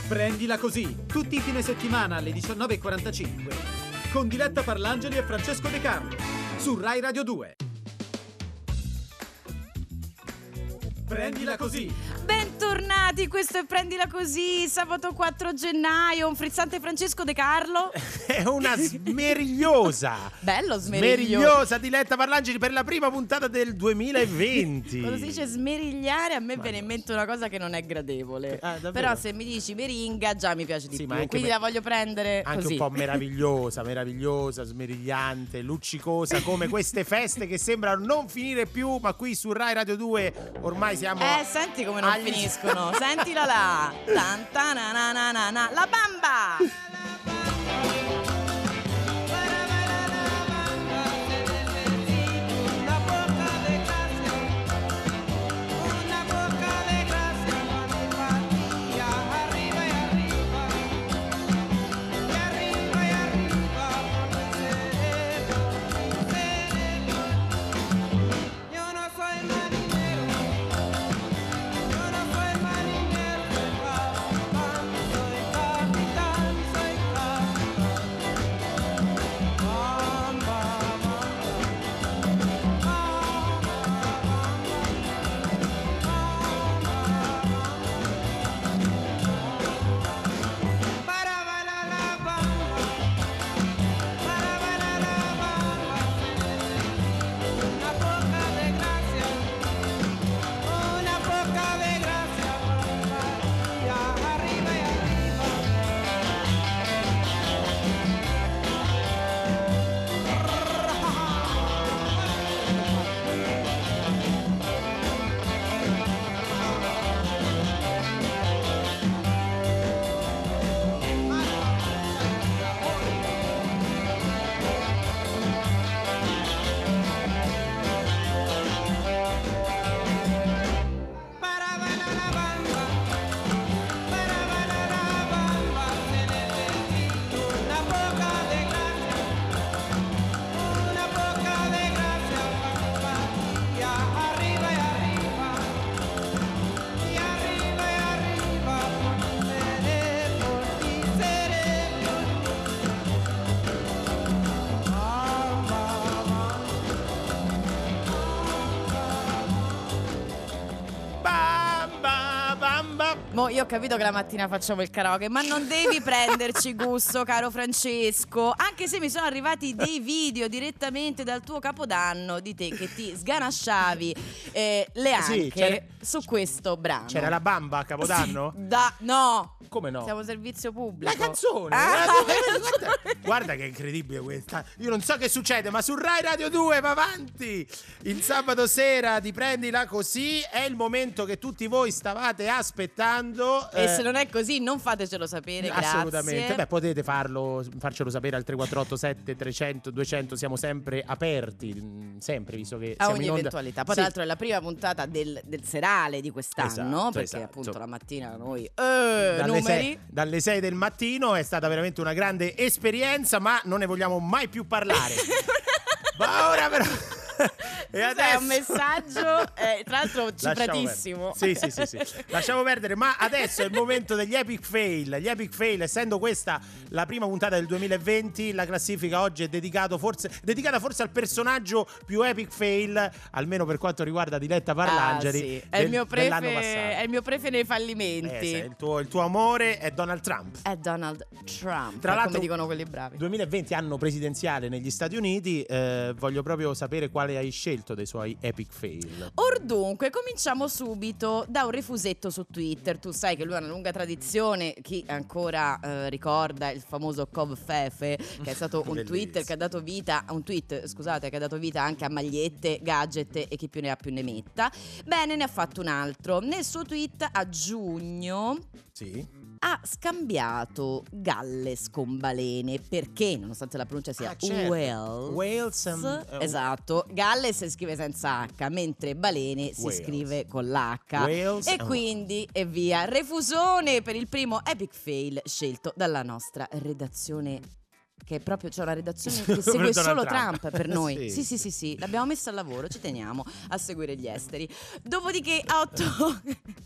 Prendila così, tutti i fine settimana alle 19:45 con Diletta Parlangeli e Francesco De Carlo su Rai Radio 2. Prendila così. Bentornati, questo è Prendila Così, sabato 4 gennaio, un frizzante Francesco De Carlo. È una smerigliosa. Bello smerigliosa Diletta Parlangeli per la prima puntata del 2020. Quando si dice smerigliare a me viene in mente una cosa che non è gradevole. Però se mi dici meringa già mi piace di più, quindi la voglio prendere anche così. Un po' meravigliosa, smerigliante, luccicosa, come queste feste che sembrano non finire più, ma qui su Rai Radio 2 ormai siamo senti come non finiscono. Sentila là. La bamba. Io ho capito che la mattina facciamo il karaoke, ma non devi prenderci gusto, caro Francesco. Anche se mi sono arrivati dei video direttamente dal tuo capodanno di te che ti sganasciavi le anche su questo brano. C'era la bamba a Capodanno? No. Come no? Siamo servizio pubblico. La canzone. Guarda che è incredibile questa. Io non so che succede, ma su Rai Radio 2 va avanti. Il sabato sera di Prendila Così è il momento che tutti voi stavate aspettando. E se non è così non fatecelo sapere, assolutamente. grazie. Potete farcelo sapere al 3487 300 200. Siamo sempre aperti, sempre, visto che a siamo ogni in onda. eventualità. Poi tra l'altro è la prima puntata del serale di quest'anno, perché esatto. appunto la mattina noi dalle 6 del mattino è stata veramente una grande esperienza, ma non ne vogliamo mai più parlare. Ma ora però e adesso è un messaggio tra l'altro cifratissimo. Sì. Lasciamo perdere, ma adesso è il momento degli epic fail. Gli epic fail, essendo questa la prima puntata del 2020, la classifica oggi è dedicata forse al personaggio più epic fail, almeno per quanto riguarda Diletta Parlangeli. È il mio dell'anno passato. È il mio prefe nei fallimenti. Il tuo amore è Donald Trump. È Donald Trump, tra l'altro, come dicono quelli bravi. 2020, anno presidenziale negli Stati Uniti. Voglio proprio sapere quale hai scelto dei suoi epic fail. Dunque, cominciamo subito da un refusetto su Twitter. Tu sai che lui ha una lunga tradizione. Chi ancora ricorda il famoso Covfefe, che è stato un Twitter che ha dato vita che ha dato vita anche a magliette, gadget e chi più ne ha più ne metta. Bene, ne ha fatto un altro. Nel suo tweet a giugno ha scambiato Galles con balene, perché nonostante la pronuncia sia Wales, esatto, Galles si scrive senza H, mentre balene si scrive con l'H. Wales, e quindi e via, refusone per il primo epic fail scelto dalla nostra redazione, che proprio c'è una redazione che segue solo Trump per noi. Sì, l'abbiamo messa al lavoro, ci teniamo a seguire gli esteri. Dopodiché a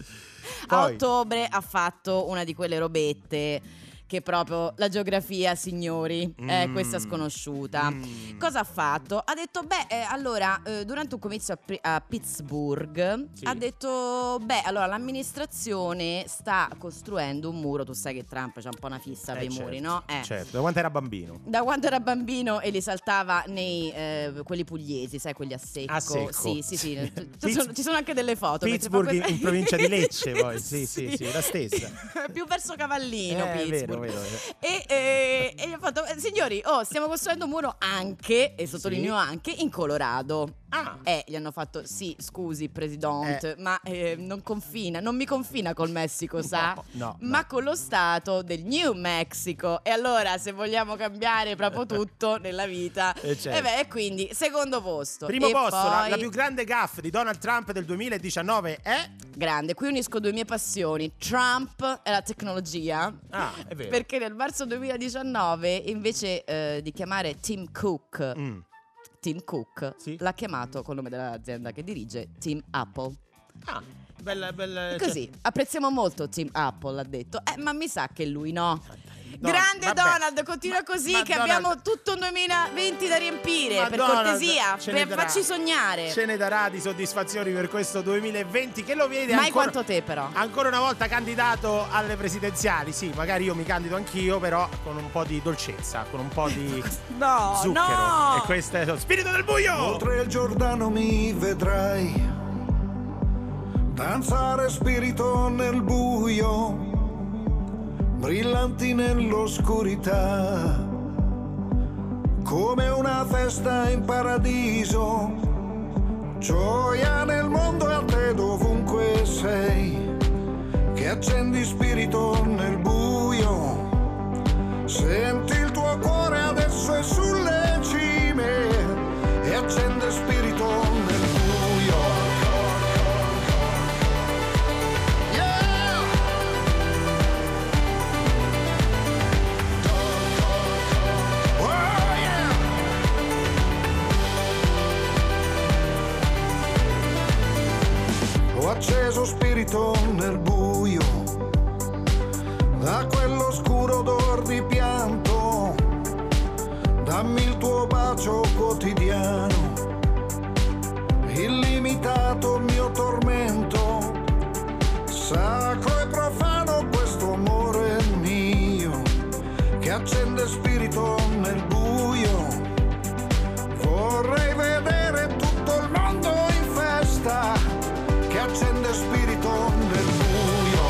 A ottobre ha fatto una di quelle robette che proprio la geografia, signori, è questa sconosciuta. Cosa ha fatto? Ha detto, allora, durante un comizio a Pittsburgh, ha detto, allora l'amministrazione sta costruendo un muro. Tu sai che Trump c'ha un po' una fissa per i muri, no? Certo, da quando era bambino. Da quando era bambino e li saltava nei quelli pugliesi, sai, quelli a secco. A secco. Sì. Ci sono anche delle foto. Pittsburgh in provincia di Lecce, poi. Sì, la stessa. Più verso Cavallino, Pittsburgh. Vero. E gli ha fatto, signori, stiamo costruendo un muro anche, e sottolineo anche, in Colorado. Gli hanno fatto, sì, scusi presidente, ma non mi confina col Messico, sa? No. Ma con lo stato del New Mexico. E allora, se vogliamo cambiare proprio tutto nella vita, e quindi secondo posto. Primo posto, poi... la più grande gaffe di Donald Trump del 2019 è... Grande, qui unisco due mie passioni, Trump e la tecnologia. È vero. Perché nel marzo 2019, invece di chiamare Tim Cook, l'ha chiamato col nome dell'azienda che dirige, Tim Apple. Bella. Così, apprezziamo molto Tim Apple, ha detto. Ma mi sa che lui no. No, Grande Donald, continua così che abbiamo tutto un 2020 da riempire. Per cortesia, facci sognare. Ce ne darà di soddisfazioni per questo 2020 che lo vede mai quanto te però. Ancora una volta candidato alle presidenziali. Sì, magari io mi candido anch'io, però con un po' di dolcezza, con un po' di zucchero. No. E questo è lo spirito del buio. Oltre il Giordano mi vedrai danzare spirito nel buio, brillanti nell'oscurità, come una festa in paradiso, gioia nel mondo e a te dovunque sei, che accendi spirito nel buio, senti il tuo cuore adesso è sulle cime e accende spirito nel buio. Ho acceso spirito nel buio, da quell'oscuro odor di pianto, dammi il tuo bacio quotidiano, illimitato mio tormento, sacro e profano questo amore mio, che accende spirito nel buio, vorrei vedere tutto il mondo in festa, che accende spirito nel buio.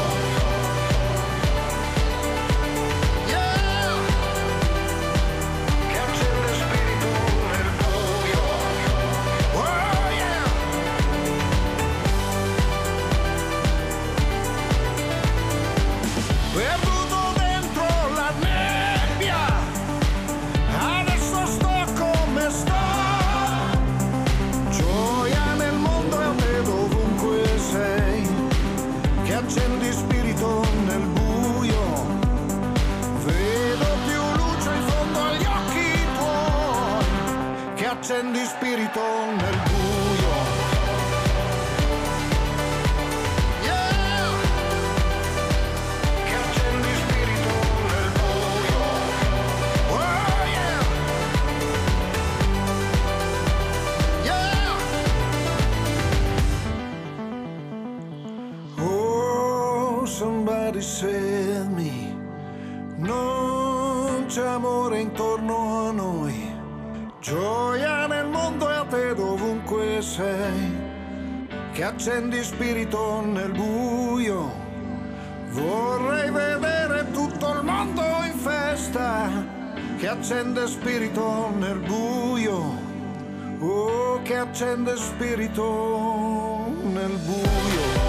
Yeah! Che accende spirito nel buio. Oh yeah! Perduto dentro la nebbia, adesso sto come sto. Gioia nel mondo e a te dovunque sei, che accendi spirito nel buio, vedo più luce in fondo agli occhi tuoi, che accendi spirito nel buio. Yeah! Che accendi spirito nel buio. Oh yeah! Yeah! Oh, somebody save me. Non c'è amore intorno a noi, gioia nel mondo e a te dovunque sei, che accendi spirito nel buio, vorrei vedere tutto il mondo in festa, che accende spirito nel buio, oh, che accende spirito nel buio.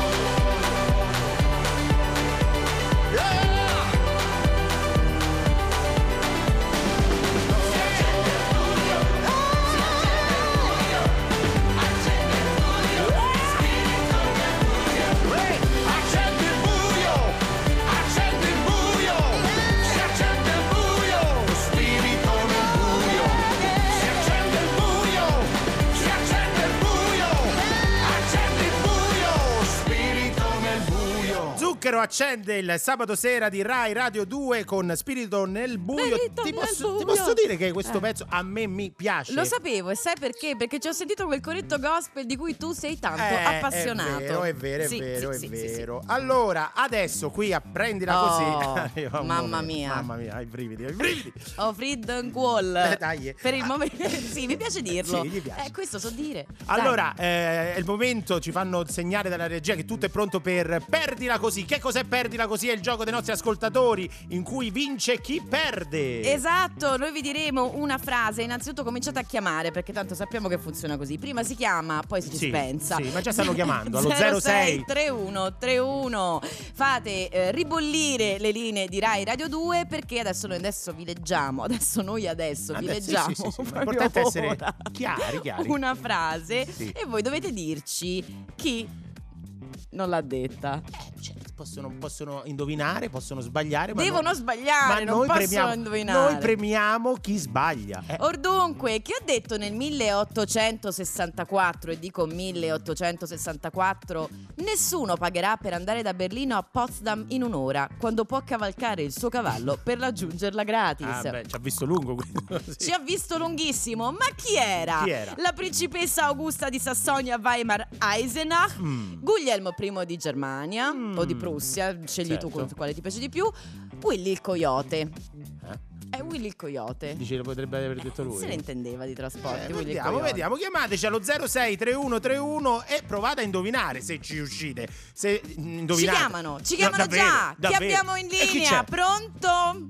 accende il sabato sera di Rai Radio 2 con Spirito nel buio. Ti posso dire che questo pezzo a me mi piace. Lo sapevo, e sai perché? Perché ci ho sentito quel corretto gospel di cui tu sei tanto appassionato. È vero. Sì. Allora, adesso qui a prendila così. Mamma mia, ai brividi. Oh, Freedom Wall. Dai. Per il momento, sì, mi piace dirlo. Sì, gli piace. Questo so dire. Allora, è il momento, ci fanno segnare dalla regia che tutto è pronto per Perdila Così. Che cos'è Perdila Così? È il gioco dei nostri ascoltatori in cui vince chi perde. Esatto, noi vi diremo una frase. Innanzitutto cominciate a chiamare, perché tanto sappiamo che funziona così. Prima si chiama, poi si dispensa. Sì, ma già stanno chiamando allo 06 3131. Fate ribollire le linee di Rai Radio 2, perché adesso noi vi leggiamo. Vi leggiamo. Sì. L'importante è essere chiari. Una frase, sì. E voi dovete dirci chi non l'ha detta. Possono indovinare, possono sbagliare. Devono sbagliare, ma non possono premiamo, indovinare. Noi premiamo chi sbaglia. Or dunque, chi ha detto nel 1864, e dico 1864, nessuno pagherà per andare da Berlino a Potsdam in un'ora, quando può cavalcare il suo cavallo per raggiungerla gratis? Ci ha visto lungo questo. Sì. Ci ha visto lunghissimo, ma chi era? La principessa Augusta di Sassonia-Weimar-Eisenach, Guglielmo I di Germania o di Prussia, scegli certo. tu quale ti piace di più. Willy il Coyote. È Willy il Coyote. Dice lo potrebbe aver detto lui. Se ne intendeva di trasporti. Willy il Vediamo, chiamateci allo 06 3131 e provate a indovinare se ci riuscite. Se indovinate. Ci chiamano già. Davvero. Chi abbiamo in linea? Pronto?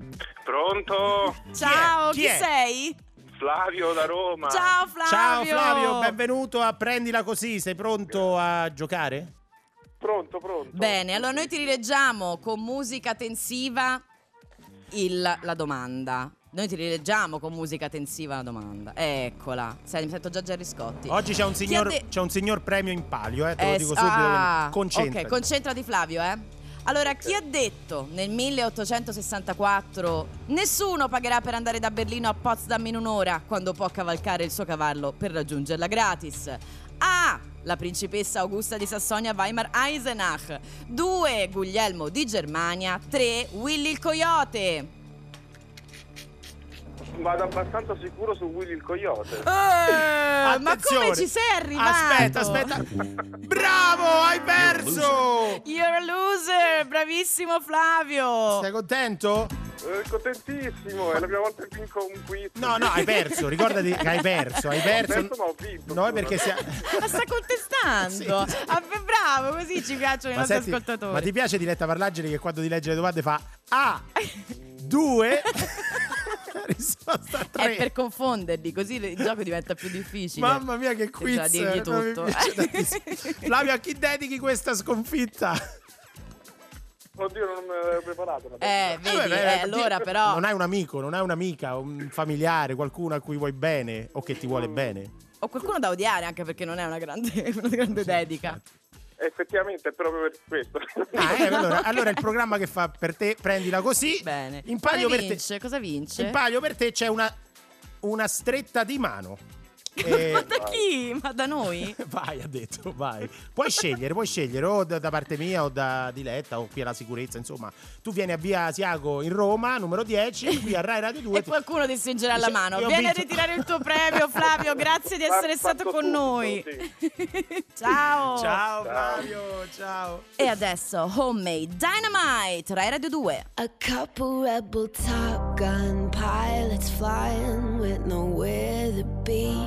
Ciao, chi sei? Flavio da Roma. Ciao Flavio, benvenuto a Prendila Così. Sei pronto a giocare? Pronto. Bene, allora noi ti rileggiamo con musica tensiva la domanda. Noi ti rileggiamo con musica tensiva la domanda. Eccola. Mi sento già Gerry Scotti. Oggi c'è un signor premio in palio, te lo dico subito. Concentrati. Ok, concentrati Flavio, Allora, chi ha detto nel 1864 nessuno pagherà per andare da Berlino a Potsdam in un'ora, quando può cavalcare il suo cavallo per raggiungerla gratis? A. La principessa Augusta di Sassonia-Weimar-Eisenach. 2. Guglielmo di Germania. 3. Willy il Coyote. Vado abbastanza sicuro su Willy il Coyote. Ma come ci sei arrivato? Aspetta. Bravo, hai perso! You're a loser, bravissimo Flavio. Sei contento? Contentissimo, è la prima volta che vinco un quiz. No, hai perso, ricordati che hai perso. Ho perso, ma ho vinto. No, perché Ma sta contestando. Sì. Bravo, così ci piacciono i nostri ascoltatori. Ma ti piace Diletta Parlangeli che quando ti legge le domande fa A 2 risposta 3? È per confonderli, così il gioco diventa più difficile. Mamma mia che quiz. Già dirgli tutto. Flavio, a chi dedichi questa sconfitta? Oddio, non me l'avevo preparato. Allora però non hai un amico, non hai un'amica, un familiare, qualcuno a cui vuoi bene o che ti vuole bene? O qualcuno da odiare, anche perché non è una grande dedica. Effettivamente è proprio per questo. Allora il programma che fa per te, Prendila Così. Bene. In palio Cosa vince? In palio per te c'è una stretta di mano. Ma da chi? Ma da noi? Vai, ha detto, vai. Puoi scegliere o da parte mia o da Diletta o qui alla sicurezza, insomma. Tu vieni a Via Asiago in Roma, numero 10, qui a Rai Radio 2. E qualcuno ti stringerà la mano. Vieni a ritirare il tuo premio, Flavio. Grazie di essere stato con noi. Ciao Flavio, ciao. E adesso Homemade Dynamite, Rai Radio 2. A couple rebel Top Gun pilots flying with nowhere to be.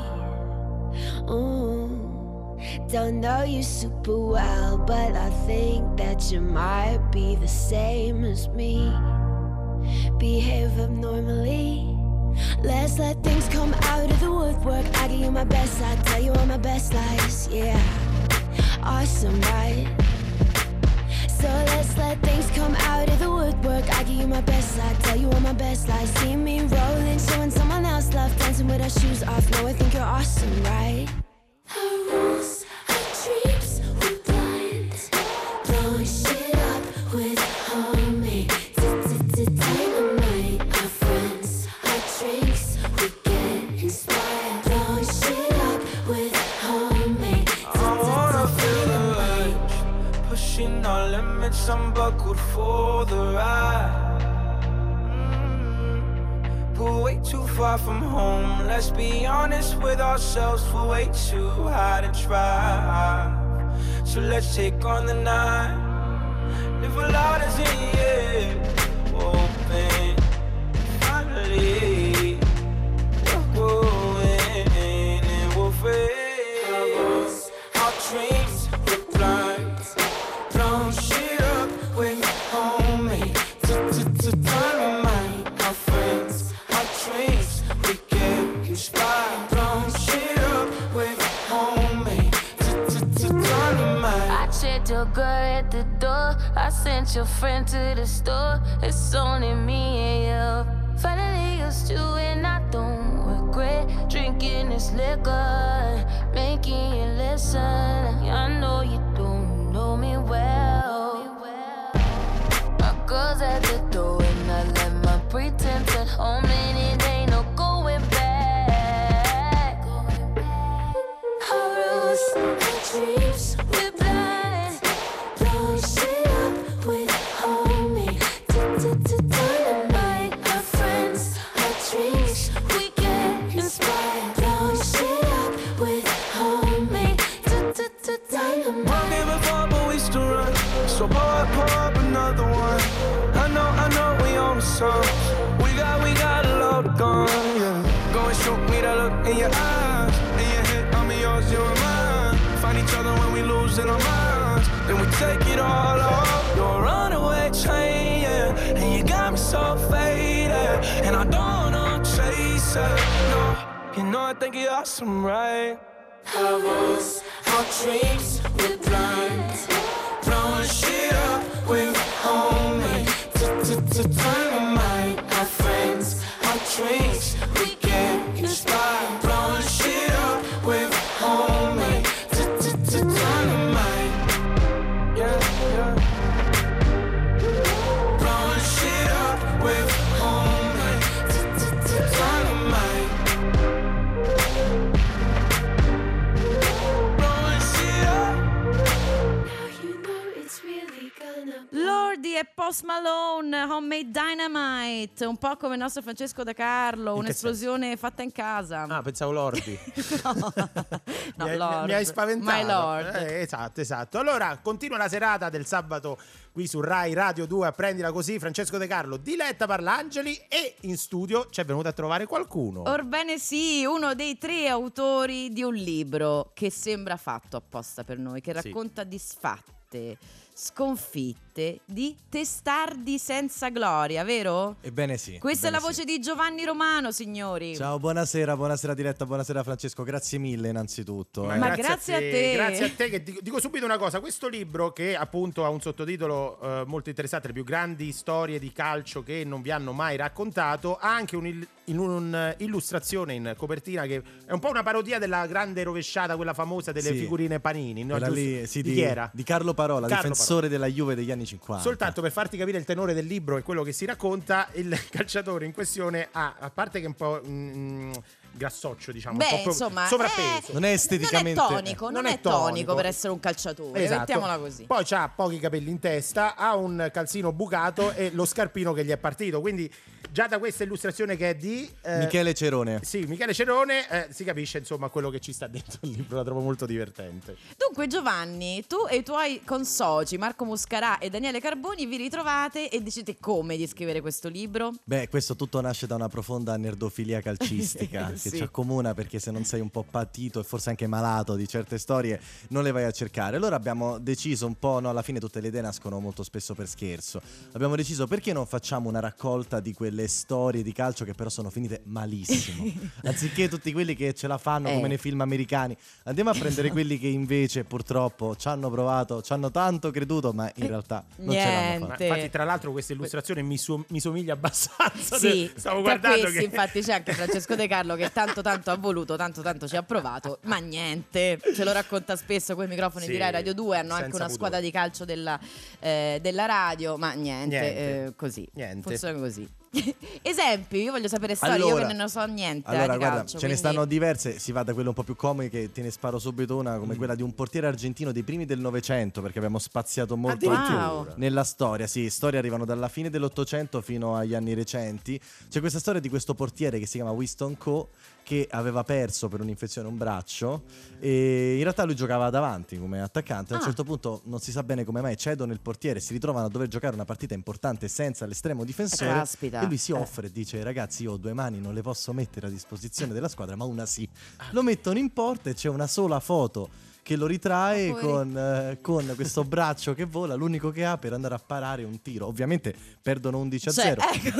Don't know you super well, but I think that you might be the same as me. Behave abnormally. Let's let things come out of the woodwork. I give you my best, I tell you all my best lies. Yeah, awesome, right? So let's let things come out of the woodwork. I give you my best, I tell you all my best lies. See me rolling, showing someone else love, dancing with our shoes off. No, I think you're awesome, right? Our rules, our dreams, we're blind. Blowing shit up with homemade dynamite. Our friends, our drinks, we get inspired. Blowing shit up with homemade dynamite. Pushing all limits, unbuckled but for the ride. But way too far from home. Let's be honest with ourselves, we're way too high to try. So let's take on the night. Live a lot as in the air. Open, finally. We're going and we'll face our dreams with blinds. Blown shit up with homemade dynamite. Our friends, our dreams, we get inspired. Blown shit up with homemade dynamite. I checked your girl at the door. I sent your friend to the store. It's only me and you. Finally used to and I don't regret drinking this liquor, making you listen. I know you don't know me well. My girl's at the door and I let my pretense at home, and it ain't no going back. Our rules, our dreams, we're blind. Blowing shit up with homemade dynamite. Our friends, our dreams, we get inspired. Blowing shit up with homemade dynamite. Won't give a fuck, but we still run. So pour up another one. I know we on the song. We got a load gone, yeah. Go and shoot me that look in your eyes. In your head, I'm yours, you and mine. Find each other when we lose in our minds. Then we take it all off. You're a runaway train, yeah. And you got me so faded. And I don't wanna chase it, no. You know I think you're awesome, right? Our rules, our dreams, we're blind. Blowing shit up with homemade dynamite. Our friends, our dreams, we get inspired. Blowing shit up with homemade dynamite. Yeah, yeah. Blowing shit up with homemade dynamite. Blowing shit up. Now you know it's really gonna Lordi e Post Malone, Homemade Dynamite, un po' come il nostro Francesco De Carlo, un'esplosione fatta in casa. Ah, pensavo Lordi. No, Lord. Mi hai spaventato. My Lord. Esatto. Allora, continua la serata del sabato qui su Rai Radio 2 a Prendila Così. Francesco De Carlo, Diletta Parlangeli, e in studio ci è venuto a trovare qualcuno. Orbene sì, uno dei 3 autori di un libro che sembra fatto apposta per noi, che racconta disfatte, sconfitte di testardi senza gloria, vero? Ebbene sì. Questa è la ebbene voce di Giovanni Romano, signori. Ciao, buonasera Diletta, buonasera Francesco, grazie mille innanzitutto. Ma grazie a te. Grazie a te, che dico subito una cosa, questo libro, che appunto ha un sottotitolo molto interessante, le più grandi storie di calcio che non vi hanno mai raccontato, ha anche un'illustrazione in copertina che è un po' una parodia della grande rovesciata, quella famosa delle figurine Panini, no? Lì, sì, di chi era? Di Carlo Parola, difensore della Juve degli anni 50. Soltanto per farti capire il tenore del libro e quello che si racconta, il calciatore in questione ha, a parte che è un po' grassoccio, diciamo, un po' insomma, sovrappeso. Non è esteticamente non è tonico per essere un calciatore, esatto. Mettiamola così. Poi c'ha pochi capelli in testa, ha un calzino bucato e lo scarpino che gli è partito, quindi già da questa illustrazione, che è di Michele Cerone. Sì, Michele Cerone, si capisce insomma quello che ci sta dentro il libro, la trovo molto divertente. Dunque Giovanni, tu e i tuoi consoci Marco Muscarà e Daniele Carboni vi ritrovate e decidete come di scrivere questo libro? Beh, questo tutto nasce da una profonda nerdofilia calcistica che ci accomuna, perché se non sei un po' patito e forse anche malato di certe storie non le vai a cercare. Allora abbiamo deciso un po', no, alla fine tutte le idee nascono molto spesso per scherzo. Abbiamo deciso, perché non facciamo una raccolta di quelle storie di calcio che però sono finite malissimo. Anziché tutti quelli che ce la fanno come nei film americani, andiamo a prendere quelli che invece purtroppo ci hanno provato, ci hanno tanto creduto, ma in realtà non ce l'hanno fatta. Infatti, tra l'altro, questa illustrazione mi somiglia abbastanza. Sì, stavo guardando questi, infatti c'è anche Francesco De Carlo che tanto ha voluto, tanto ci ha provato, ma niente, ce lo racconta spesso quei microfoni di Rai Radio 2, hanno anche una squadra di calcio della radio, ma niente. Così, funziona così. Esempi, io voglio sapere storie, io che non ne so niente. Allora, di guarda, calcio, ce ne stanno diverse. Si va da quelle un po' più comiche, te ne sparo subito una, come quella di un portiere argentino dei primi del Novecento, perché abbiamo spaziato molto nella storia. Sì, storie arrivano dalla fine dell'Ottocento fino agli anni recenti. C'è questa storia di questo portiere che si chiama Winston Coe, che aveva perso per un'infezione un braccio, e in realtà lui giocava davanti come attaccante. A un certo punto non si sa bene come mai cedono il portiere, si ritrovano a dover giocare una partita importante senza l'estremo difensore. Caspita. E lui si offre e dice: ragazzi, io ho 2 mani, non le posso mettere a disposizione della squadra, ma una sì. Lo mettono in porta e c'è una sola foto che lo ritrae con questo braccio che vola, l'unico che ha per andare a parare un tiro. Ovviamente perdono 11-0,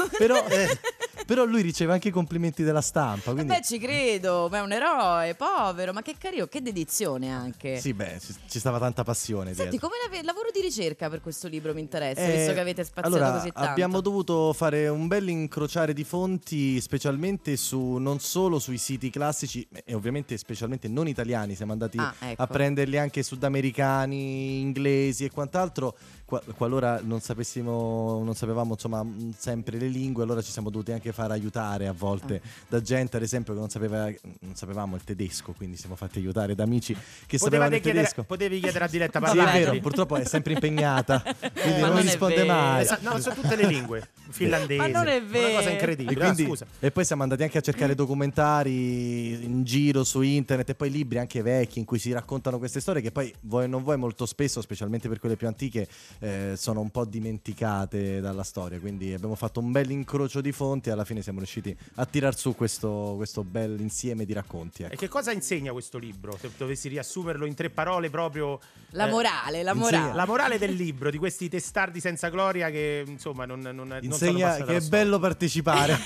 però lui riceve anche i complimenti della stampa, quindi... Beh, ci credo, ma è un eroe, povero, ma che carino, che dedizione anche. Sì, beh, ci stava tanta passione. Senti, come lavoro di ricerca per questo libro mi interessa, visto che avete spaziato così tanto. Abbiamo dovuto fare un bel incrociare di fonti, specialmente non solo sui siti classici, e ovviamente specialmente non italiani. Siamo andati a prenderli anche sudamericani, inglesi e quant'altro. Qualora non sapevamo insomma sempre le lingue, allora ci siamo dovuti anche far aiutare a volte da gente, ad esempio, che non sapevamo il tedesco, quindi siamo fatti aiutare da amici che sapevano il tedesco. Potevi chiedere a Diletta Sì, è vero, purtroppo è sempre impegnata, quindi non risponde mai. No, sono tutte le lingue finlandesi. Ma non è vero. Una cosa incredibile. Scusa. E poi siamo andati anche a cercare documentari in giro su internet e poi libri anche vecchi in cui si raccontano queste storie che poi vuoi non vuoi molto spesso, specialmente per quelle più antiche, sono un po' dimenticate dalla storia. Quindi abbiamo fatto un bel incrocio di fonti e alla fine siamo riusciti a tirar su questo bel insieme di racconti. E che cosa insegna questo libro? Se dovessi riassumerlo in 3 parole, proprio la morale. La morale del libro, di questi testardi senza gloria che insomma non insegna che è bello partecipare.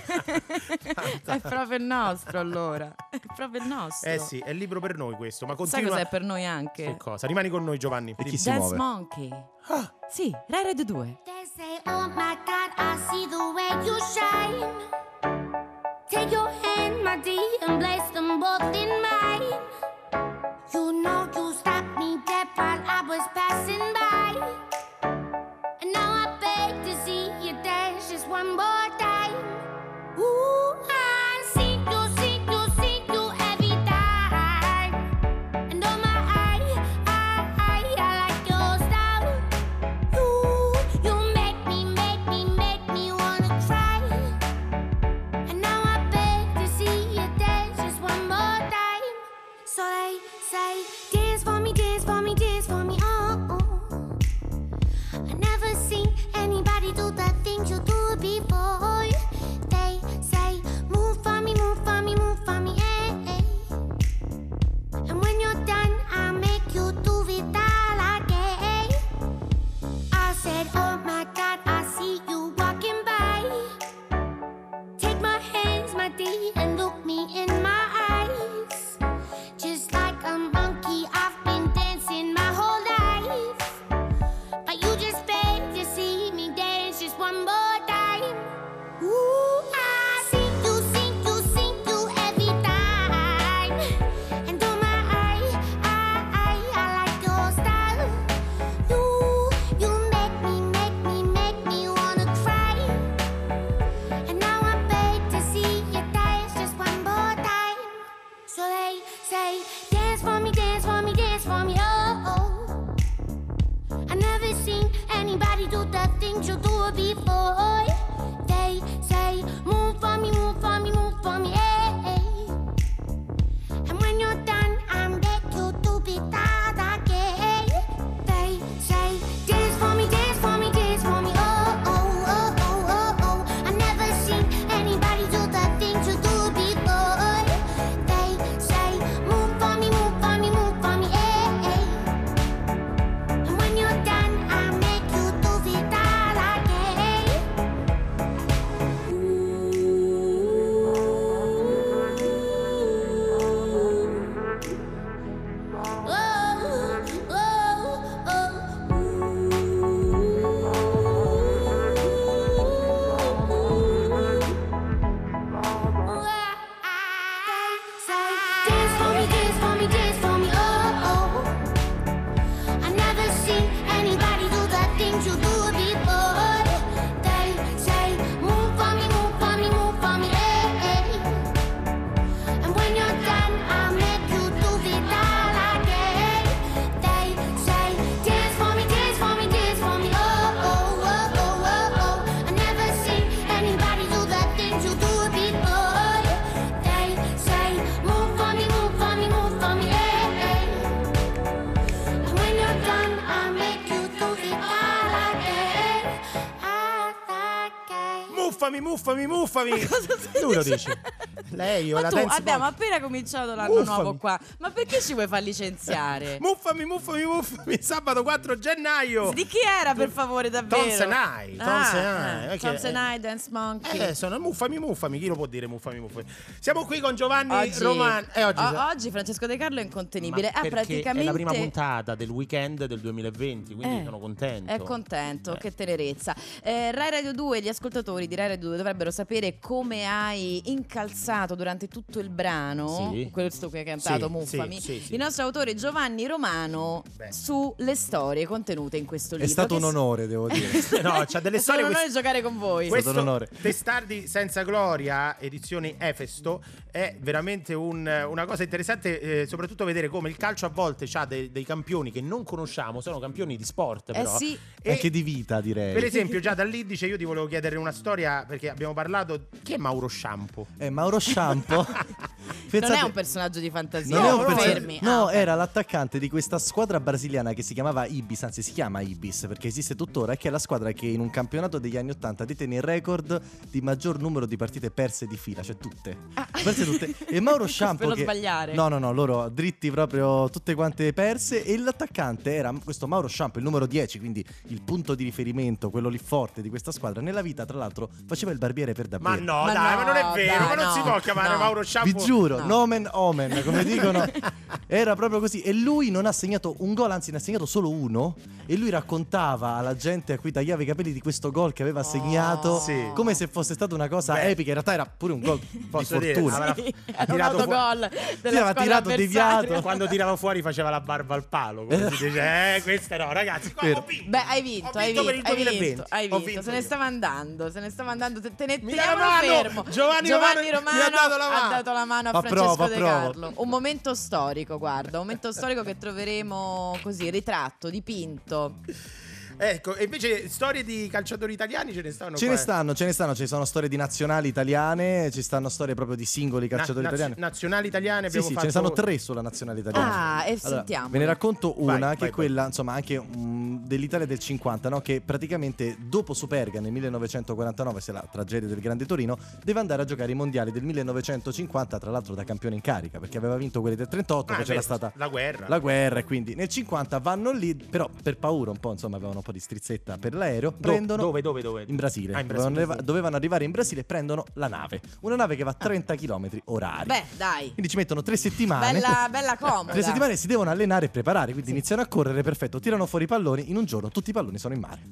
È proprio il nostro, allora. È proprio il nostro. Sì, è il libro per noi questo. Ma sai cos'è per noi anche? Che cosa? Rimani con noi, Giovanni. E chi si Dance muove? Monkey. Sì, Rai Radio 2. They say, oh my God, I see the way you shine. Take your hand, my dear, and place them both in mine. You know you stopped me dead while I was passing by. And now I beg to see you dance just one more time. Ooh, I see you every time. And oh my, I like your style. You make me wanna cry. muffami. Cosa stai Lui lo dicendo? dice. Lei o Ma la tu dance abbiamo pop. appena cominciato l'anno Muffami. nuovo qua. Ma perché ci vuoi far licenziare? Muffami. Sabato 4 gennaio. Di chi era, per favore, davvero? Tom Senai. Tom Senai, Dance Monkey. Sono muffami. Chi lo può dire muffami? Siamo qui con Giovanni Romano. Oggi Francesco De Carlo è incontenibile. Ma perché praticamente è la prima puntata del weekend del 2020, quindi sono contento. È contento, che tenerezza. Rai Radio 2, gli ascoltatori di Rai Radio 2 dovrebbero sapere come hai incalzato durante tutto il brano, questo che hai cantato, Muffami, il nostro autore Giovanni Romano sulle storie contenute in questo libro. È stato un onore, devo dire. No, c'ha delle È stato storie. un onore giocare con voi. Questo Testardi senza gloria, edizioni Efesto, è veramente una cosa interessante, soprattutto vedere come il calcio a volte ha dei campioni che non conosciamo, sono campioni di sport però. Sì. E anche di vita, direi. per esempio già dall'indice io ti volevo chiedere una storia, perché abbiamo parlato, chi è Mauro Sciampo? Mauro Sciampo non è un personaggio di fantasia. Non è un fermi. No, era l'attaccante di questa squadra brasiliana che si chiamava Ibis, anzi si chiama Ibis perché esiste tuttora, e che è la squadra che in un campionato degli anni 80 detenne il record di maggior numero di partite perse di fila, cioè tutte. Perse tutte. E Mauro Sciampo per non sbagliare. No, loro dritti proprio tutte quante perse, e l'attaccante era questo Mauro Sciampo, il numero 10, quindi il punto di riferimento, quello lì forte di questa squadra. Nella vita, tra l'altro, faceva il barbiere per davvero. Ma non è vero, ma non si può chiamare Mauro Sciampo. Vi giuro, nomen omen, come dicono. Era proprio così. E lui non ha segnato un gol, anzi ne ha segnato solo uno. E lui raccontava alla gente a cui tagliava i capelli di questo gol che aveva segnato, come se fosse stata una cosa epica. In realtà era pure un gol di fortuna. Era un autogol della squadra tirato, avversaria. deviato. Quando tirava fuori faceva la barba al palo, come si dice. Questa no, ragazzi, qua ho vinto. Beh, hai vinto per il 2020. hai Ho vinto. vinto Se ne io. stava andando. Mi dà la mano. Fermo. Giovanni Romano mi ha dato la mano. ha dato la mano a Francesco De Carlo. Un momento storico, guarda, un momento storico che troveremo così, ritratto, dipinto. Ecco, e invece storie di calciatori italiani ce ne stanno? Ce ne stanno, ci sono storie di nazionali italiane, ci stanno storie proprio di singoli calciatori italiani. Nazionali italiane abbiamo Sì, fatto... ce ne stanno 3 sulla nazionale italiana. Sentiamo. Ve ne racconto una Vai, che è quella, insomma, anche dell'Italia del 50, no? Che praticamente dopo Superga nel 1949, se la tragedia del Grande Torino, deve andare a giocare i mondiali del 1950, tra l'altro da campione in carica, perché aveva vinto quelli del 38, poi c'era stata la guerra, e quindi nel 50 vanno lì, però per paura un po', insomma, avevano un po' di strizzetta per l'aereo, prendono dove? in Brasile, in Brasile. dovevano arrivare in Brasile e prendono la nave, una nave che va a 30 km orari. Beh, dai. Quindi ci mettono 3 settimane. Bella comoda. 3 settimane si devono allenare e preparare, quindi iniziano a correre, perfetto, tirano fuori i palloni, in un giorno tutti i palloni sono in mare.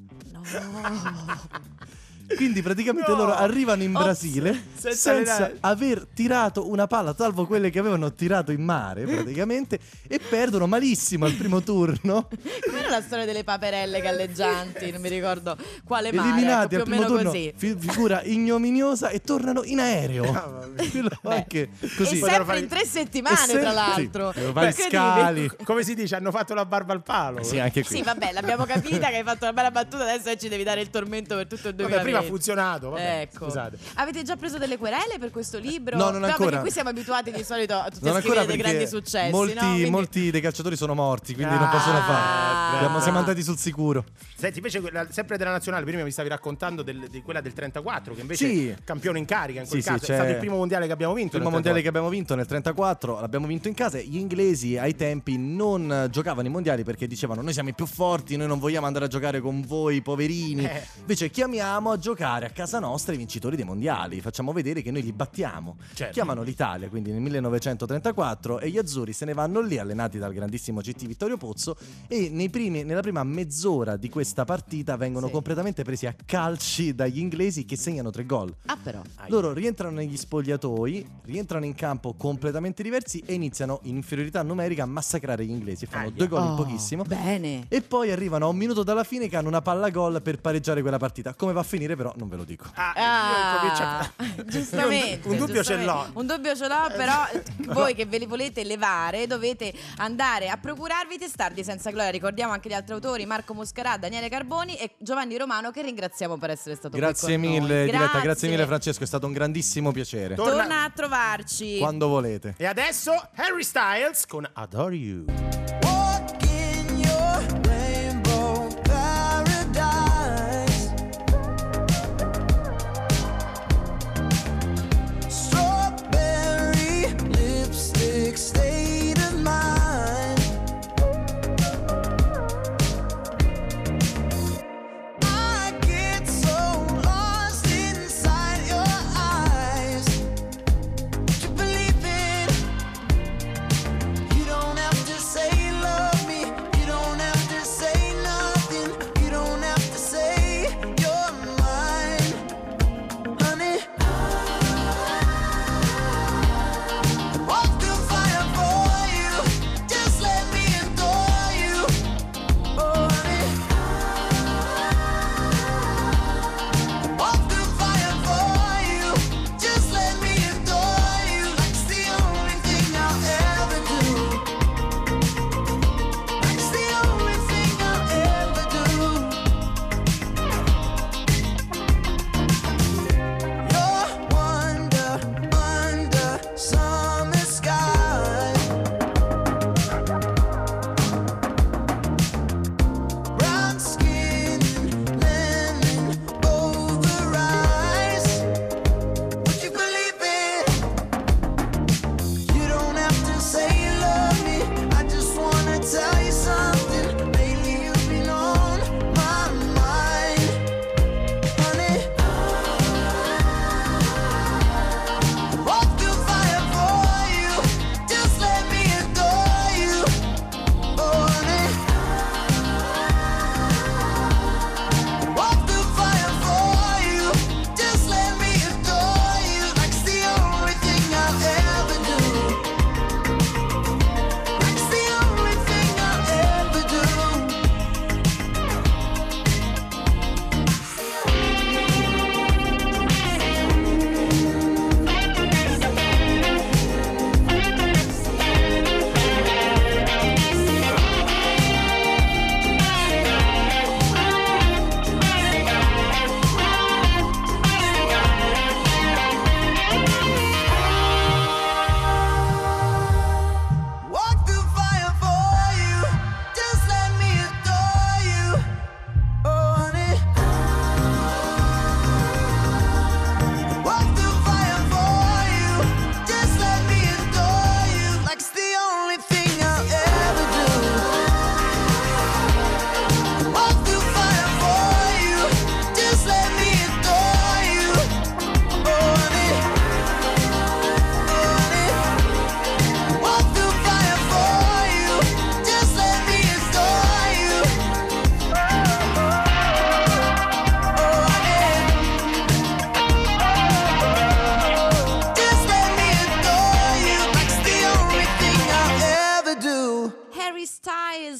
No. Quindi praticamente loro arrivano in Brasile senza aver tirato una palla, salvo quelle che avevano tirato in mare praticamente, e perdono malissimo al primo turno. Com'era la storia delle paperelle galleggianti? Non mi ricordo quale mare. Eliminati al più o primo meno turno, così. figura ignominiosa, e tornano in aereo. Anche così. E sempre in 3 settimane, tra l'altro. Sì, vari scali. Come si dice, hanno fatto la barba al palo. Sì, anche qui. Sì, vabbè, l'abbiamo capita che hai fatto una bella battuta, adesso ci devi dare il tormento per tutto il 2020. Prima ha funzionato, vabbè, ecco. scusate. Avete già preso delle querele per questo libro? No, non ancora. Perché qui siamo abituati di solito a tutte Non scrivere ancora, dei perché grandi successi, molti, no? Quindi... molti dei calciatori sono morti, quindi non possono fare. Siamo andati sul sicuro. Senti, invece sempre della nazionale, prima mi stavi raccontando di quella del 34, che invece è campione in carica in quel caso. È stato il primo mondiale che abbiamo vinto. Il primo mondiale che abbiamo vinto nel 34, l'abbiamo vinto in casa. Gli inglesi ai tempi non giocavano i mondiali perché dicevano: noi siamo i più forti, noi non vogliamo andare a giocare con voi poverini. Invece chiamiamo a giocare a casa nostra i vincitori dei mondiali, facciamo vedere che noi li battiamo. Chiamano l'Italia quindi nel 1934 e gli azzurri se ne vanno lì, allenati dal grandissimo CT Vittorio Pozzo, e nella prima mezz'ora di questa partita vengono completamente presi a calci dagli inglesi, che segnano 3 gol. Però loro rientrano negli spogliatoi, rientrano in campo completamente diversi e iniziano in inferiorità numerica a massacrare gli inglesi. Fanno 2 gol in pochissimo. Bene. E poi arrivano a 1 minuto dalla fine che hanno una palla gol per pareggiare quella partita. Come va a finire però non ve lo dico. Giustamente. Un dubbio ce l'ho. Un dubbio ce l'ho, però voi che ve li volete levare dovete andare a procurarvi Testardi senza gloria. Ricordiamo anche gli altri autori: Marco Moscarà, Daniele Carboni e Giovanni Romano, che ringraziamo per essere stato grazie qui con mille, noi. Diletta, grazie mille Francesco, è stato un grandissimo piacere. Torna a trovarci quando volete. E adesso Harry Styles con Adore You.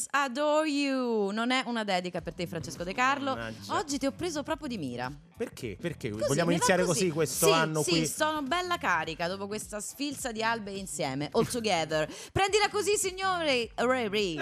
Girls Adore You. Non è una dedica per te, Francesco De Carlo. Mannaggia. Oggi ti ho preso proprio di mira. Perché? Perché? Così, Vogliamo mi va iniziare così questo anno qui? Sì, sono bella carica dopo questa sfilza di albe insieme. All together. Prendila così, signore. Ray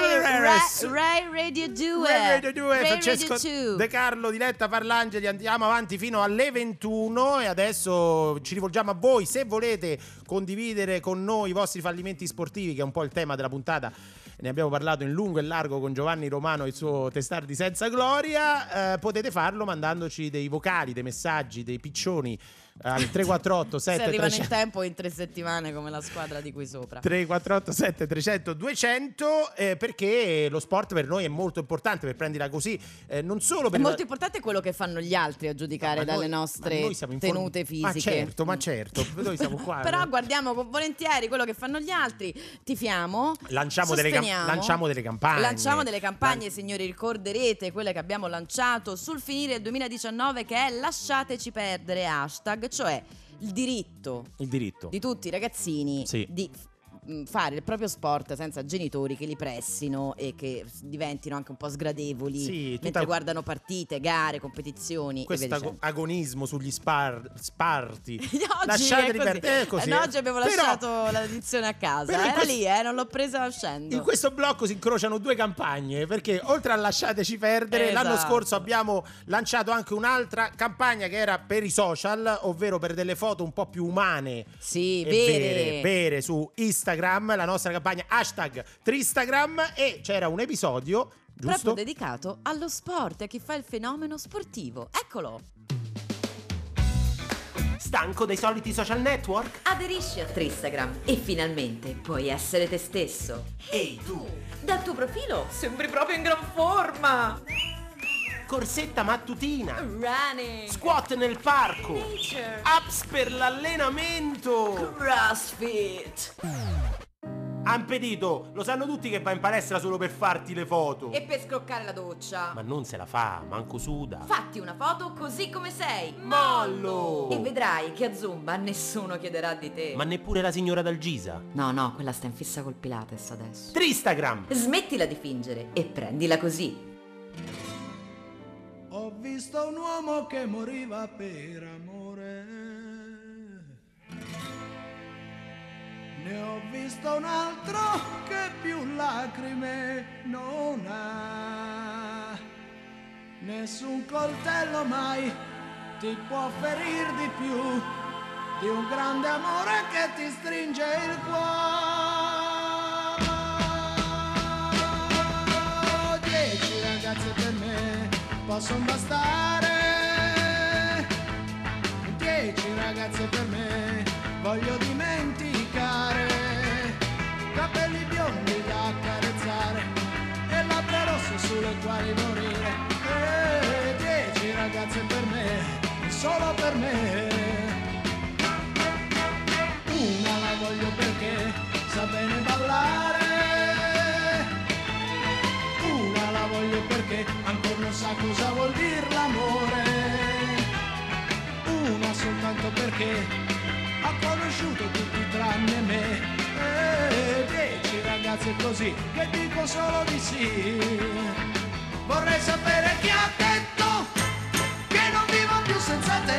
Radio 2. Ray Radio 2, Ray Francesco Radio 2. De Carlo, Diletta Parlangeli. Andiamo avanti fino alle 21 e adesso ci rivolgiamo a voi. Se volete condividere con noi i vostri fallimenti sportivi, che è un po' il tema della puntata, ne abbiamo parlato in lungo e largo con Giovanni Romano e il suo testardi senza gloria, potete farlo mandandoci dei vocali, dei messaggi, dei piccioni al 348 Se arrivano 7300 in tempo in 3 settimane come la squadra di qui sopra. 348 7300 200, perché lo sport per noi è molto importante, per prendila così, non solo per È molto importante quello che fanno gli altri a giudicare dalle nostre tenute fisiche. Ma certo, noi siamo qua. Però guardiamo volentieri quello che fanno gli altri, tifiamo, Lanciamo delle campagne. Lanciamo delle campagne, signori, ricorderete quelle che abbiamo lanciato sul finire del 2019, che è lasciateci perdere hashtag, cioè il diritto di tutti i ragazzini di fare il proprio sport senza genitori che li pressino e che diventino anche un po' sgradevoli mentre guardano partite, gare, competizioni. Questo agonismo sugli sparti. Lasciateli perdere. Oggi abbiamo lasciato l'edizione a casa. Era lì, non l'ho presa uscendo. In questo blocco si incrociano due campagne, perché oltre a lasciateci perdere, l'anno scorso abbiamo lanciato anche un'altra campagna che era per i social, ovvero per delle foto un po' più umane, vere su Instagram, la nostra campagna hashtag Tristagram, e c'era un episodio proprio dedicato allo sport e a chi fa il fenomeno sportivo. Eccolo. Stanco dei soliti social network? Aderisci a Tristagram e finalmente puoi essere te stesso. Ehi tu! Dal tuo profilo sembri proprio in gran forma. Corsetta mattutina, running, squat nel parco, nature, apps per l'allenamento, CrossFit. Ampedito, lo sanno tutti che va in palestra solo per farti le foto e per scroccare la doccia. Ma non se la fa, manco suda. Fatti una foto così come sei. Mollo! E vedrai che a Zumba nessuno chiederà di te. Ma neppure la signora dal Gisa. No, quella sta in fissa col Pilates adesso. Tristagram! Smettila di fingere e prendila così. Ho visto un uomo che moriva per amore, ne ho visto un altro che più lacrime non ha. Nessun coltello mai ti può ferir di più di un grande amore che ti stringe il cuore. 10 ragazze per me possono bastare, 10 ragazze per me voglio dimenticare, capelli biondi da accarezzare e labbra rosse sulle quali morire. 10 ragazze per me, solo per me. Una la voglio perché sa bene ballare, una la voglio perché ancora non sa cosa vuol dire l'amore, una soltanto perché ha conosciuto tutti tranne me. 10 ragazze così che dico solo di sì. Vorrei sapere chi ha detto che non vivo più senza te.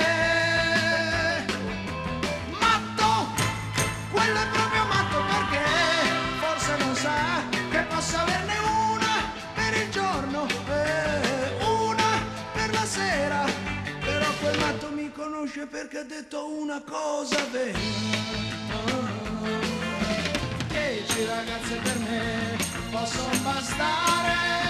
Matto, quello è proprio matto, perché forse non sa che possa averne una per il giorno e una per la sera. Però quel matto mi conosce perché ha detto una cosa vera. 10 ragazze per me possono bastare,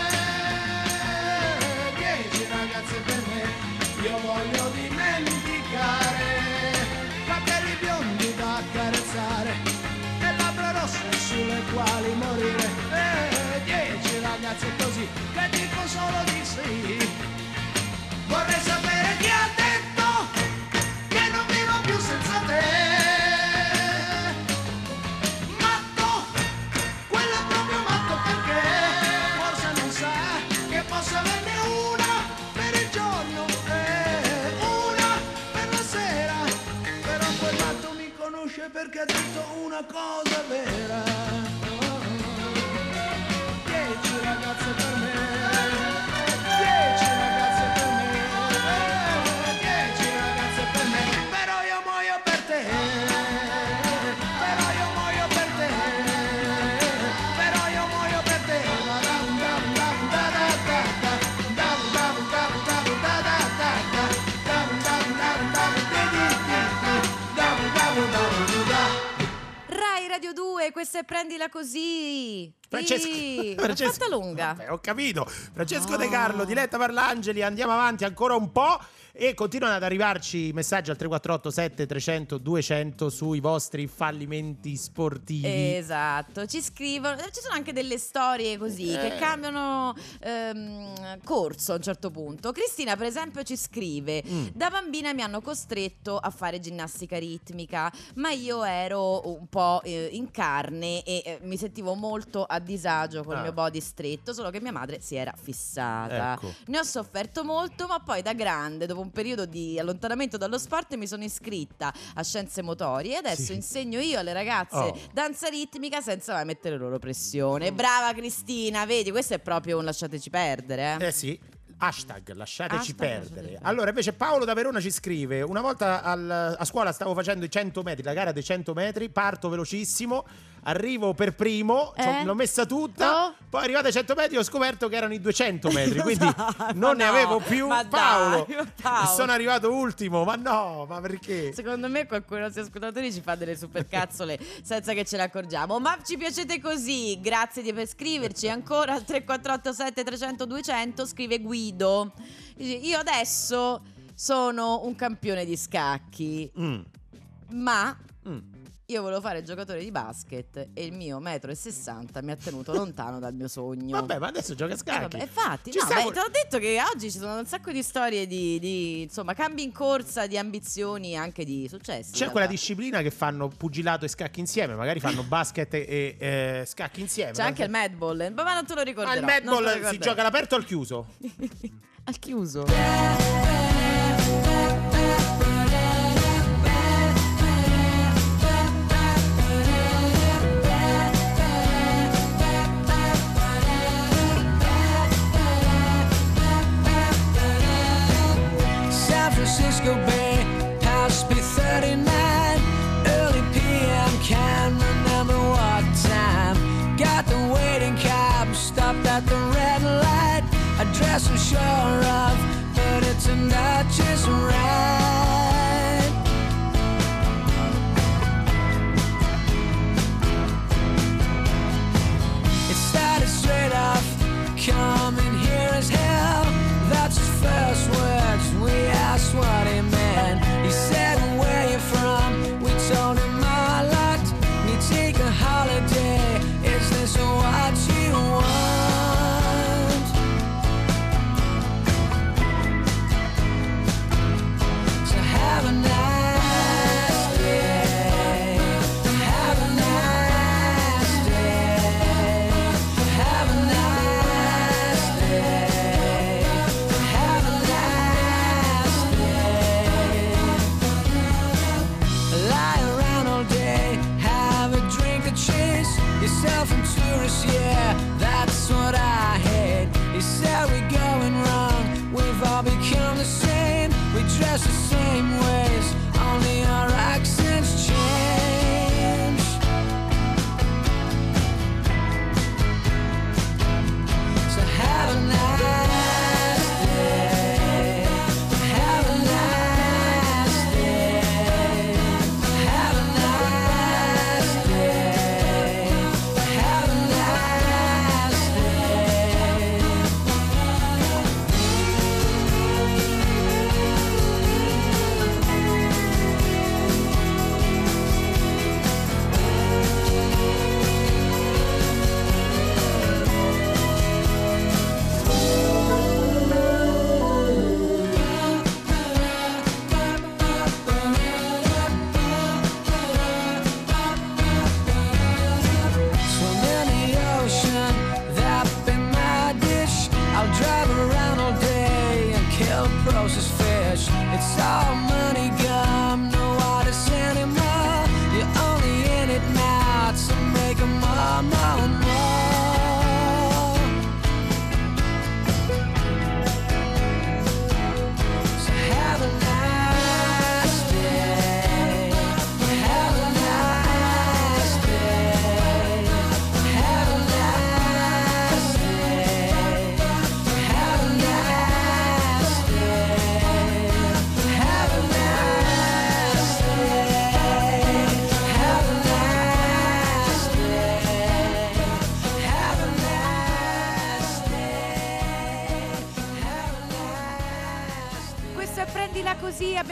10 ragazze per me io voglio dimenticare, capelli biondi da accarezzare e labbra rosse sulle quali morire. 10 ragazze così che dico solo di sì. Vorrei sapere chi ha detto che non vivo più senza te. Perché ha detto una cosa vera. Radio 2, questa è Prendila Così. Francesco, l'ho fatta lunga. Vabbè, ho capito. Francesco De Carlo, Diletta Parlangeli, andiamo avanti ancora un po'. E continuano ad arrivarci messaggi al 348 7300 200 sui vostri fallimenti sportivi. Esatto, ci scrivono, ci sono anche delle storie così che cambiano corso a un certo punto. Cristina per esempio ci scrive: da bambina mi hanno costretto a fare ginnastica ritmica, ma io ero un po' in carne e mi sentivo molto a disagio con il mio body stretto, solo che mia madre si era fissata. Ecco. Ne ho sofferto molto, ma poi da grande, dopo un periodo di allontanamento dallo sport, mi sono iscritta a scienze motorie e adesso insegno io alle ragazze danza ritmica senza mai mettere loro pressione. Brava Cristina, vedi, questo è proprio un lasciateci perdere. Sì. Hashtag lasciateci perdere. Allora invece Paolo da Verona ci scrive: una volta a scuola stavo facendo i 100 metri, la gara dei 100 metri, parto velocissimo, arrivo per primo, l'ho messa tutta, poi arrivato ai 100 metri ho scoperto che erano i 200 metri, quindi non ne avevo più. Paolo, sono arrivato ultimo, ma perché? Secondo me qualcuno dei nostri ascoltatori ci fa delle supercazzole senza che ce ne accorgiamo, ma ci piacete così, grazie per scriverci. Ancora al 348 7300 200 scrive Guido: io adesso sono un campione di scacchi, ma io volevo fare il giocatore di basket e il mio 1,60 m mi ha tenuto lontano dal mio sogno. Vabbè, ma adesso gioca a scacchi. Infatti, te l'ho detto che oggi ci sono un sacco di storie di insomma cambi in corsa, di ambizioni e anche di successi. C'è quella disciplina che fanno pugilato e scacchi insieme, magari fanno basket e scacchi insieme. C'è anche il Madball, ma non te lo ricorderò. Il Madball si gioca all'aperto o al chiuso? Al chiuso. Francisco Bay, house be 39, early PM, can't remember what time. Got the waiting cab, stopped at the red light. Address I'm sure of, but it turned out just right. It started straight off, coming here as hell. That's his first words, we asked what he meant. He said, where you from? We told him our lot. We take a holiday, is this what you want? So have a nice day. Have a nice day. Have a nice day. Have a nice day. Lie around all day, have a drink or chase yourself in tourists, yeah, that's what I hate. He said we're going wrong, we've all become the same. We dress the same ways, only our accents change. So have a nice day. Have a nice day. Have a nice day. Have a nice day.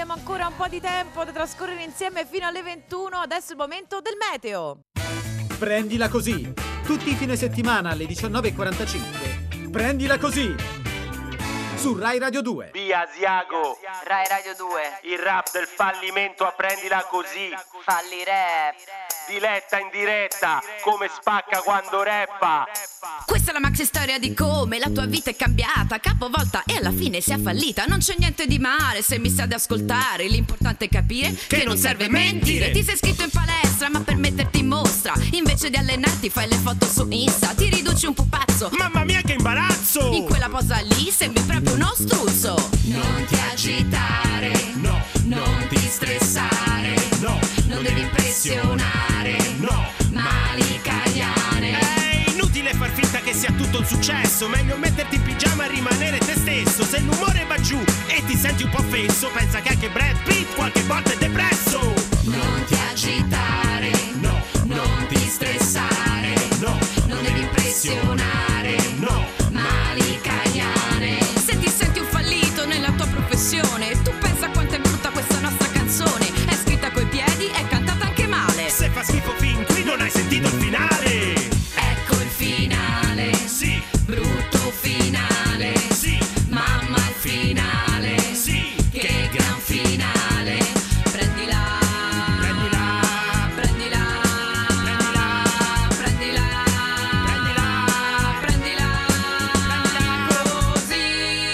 abbiamo ancora un po' di tempo da trascorrere insieme fino alle 21. Adesso è il momento del meteo. Prendila così. Tutti i fine settimana alle 19:45. Prendila così. Su Rai Radio 2. Via Asiago. Rai Radio 2. Il rap del fallimento, apprendila così. Falli rap. Diletta in diretta, come spacca quando rappa. Questa è la maxi storia di come la tua vita è cambiata, capovolta e alla fine si è fallita. Non c'è niente di male se mi stai ad ascoltare, l'importante è capire che non serve mentire. Ti sei iscritto in palestra ma per metterti in mostra, invece di allenarti fai le foto su Insta, ti riduci un pupazzo. Mamma mia che imbarazzo! In quella posa lì sembri proprio uno struzzo. Non ti agitare, No, non ti stressare, no, non devi impressionare, no. mali cagliane. È inutile far finta che sia tutto un successo, meglio metterti in pigiama e rimanere te stesso. Se l'umore va giù e ti senti un po' fesso, pensa che anche Brad Pitt qualche volta è depresso. Non ti agitare, No, non ti stressare, no, non devi impressionare, no. mali cagliane. Se ti senti un fallito nella tua professione, tu pensa quanto è brutta questa nostra canzone. È scritta coi piedi, è cantata anche male. Se fa schifo fin qui non hai sentito il finale. Ecco il finale, Sì, brutto finale, sì, mamma il finale, sì. che gran finale. Prendila, Prendila, prendila, prendila, prendila, prendila così.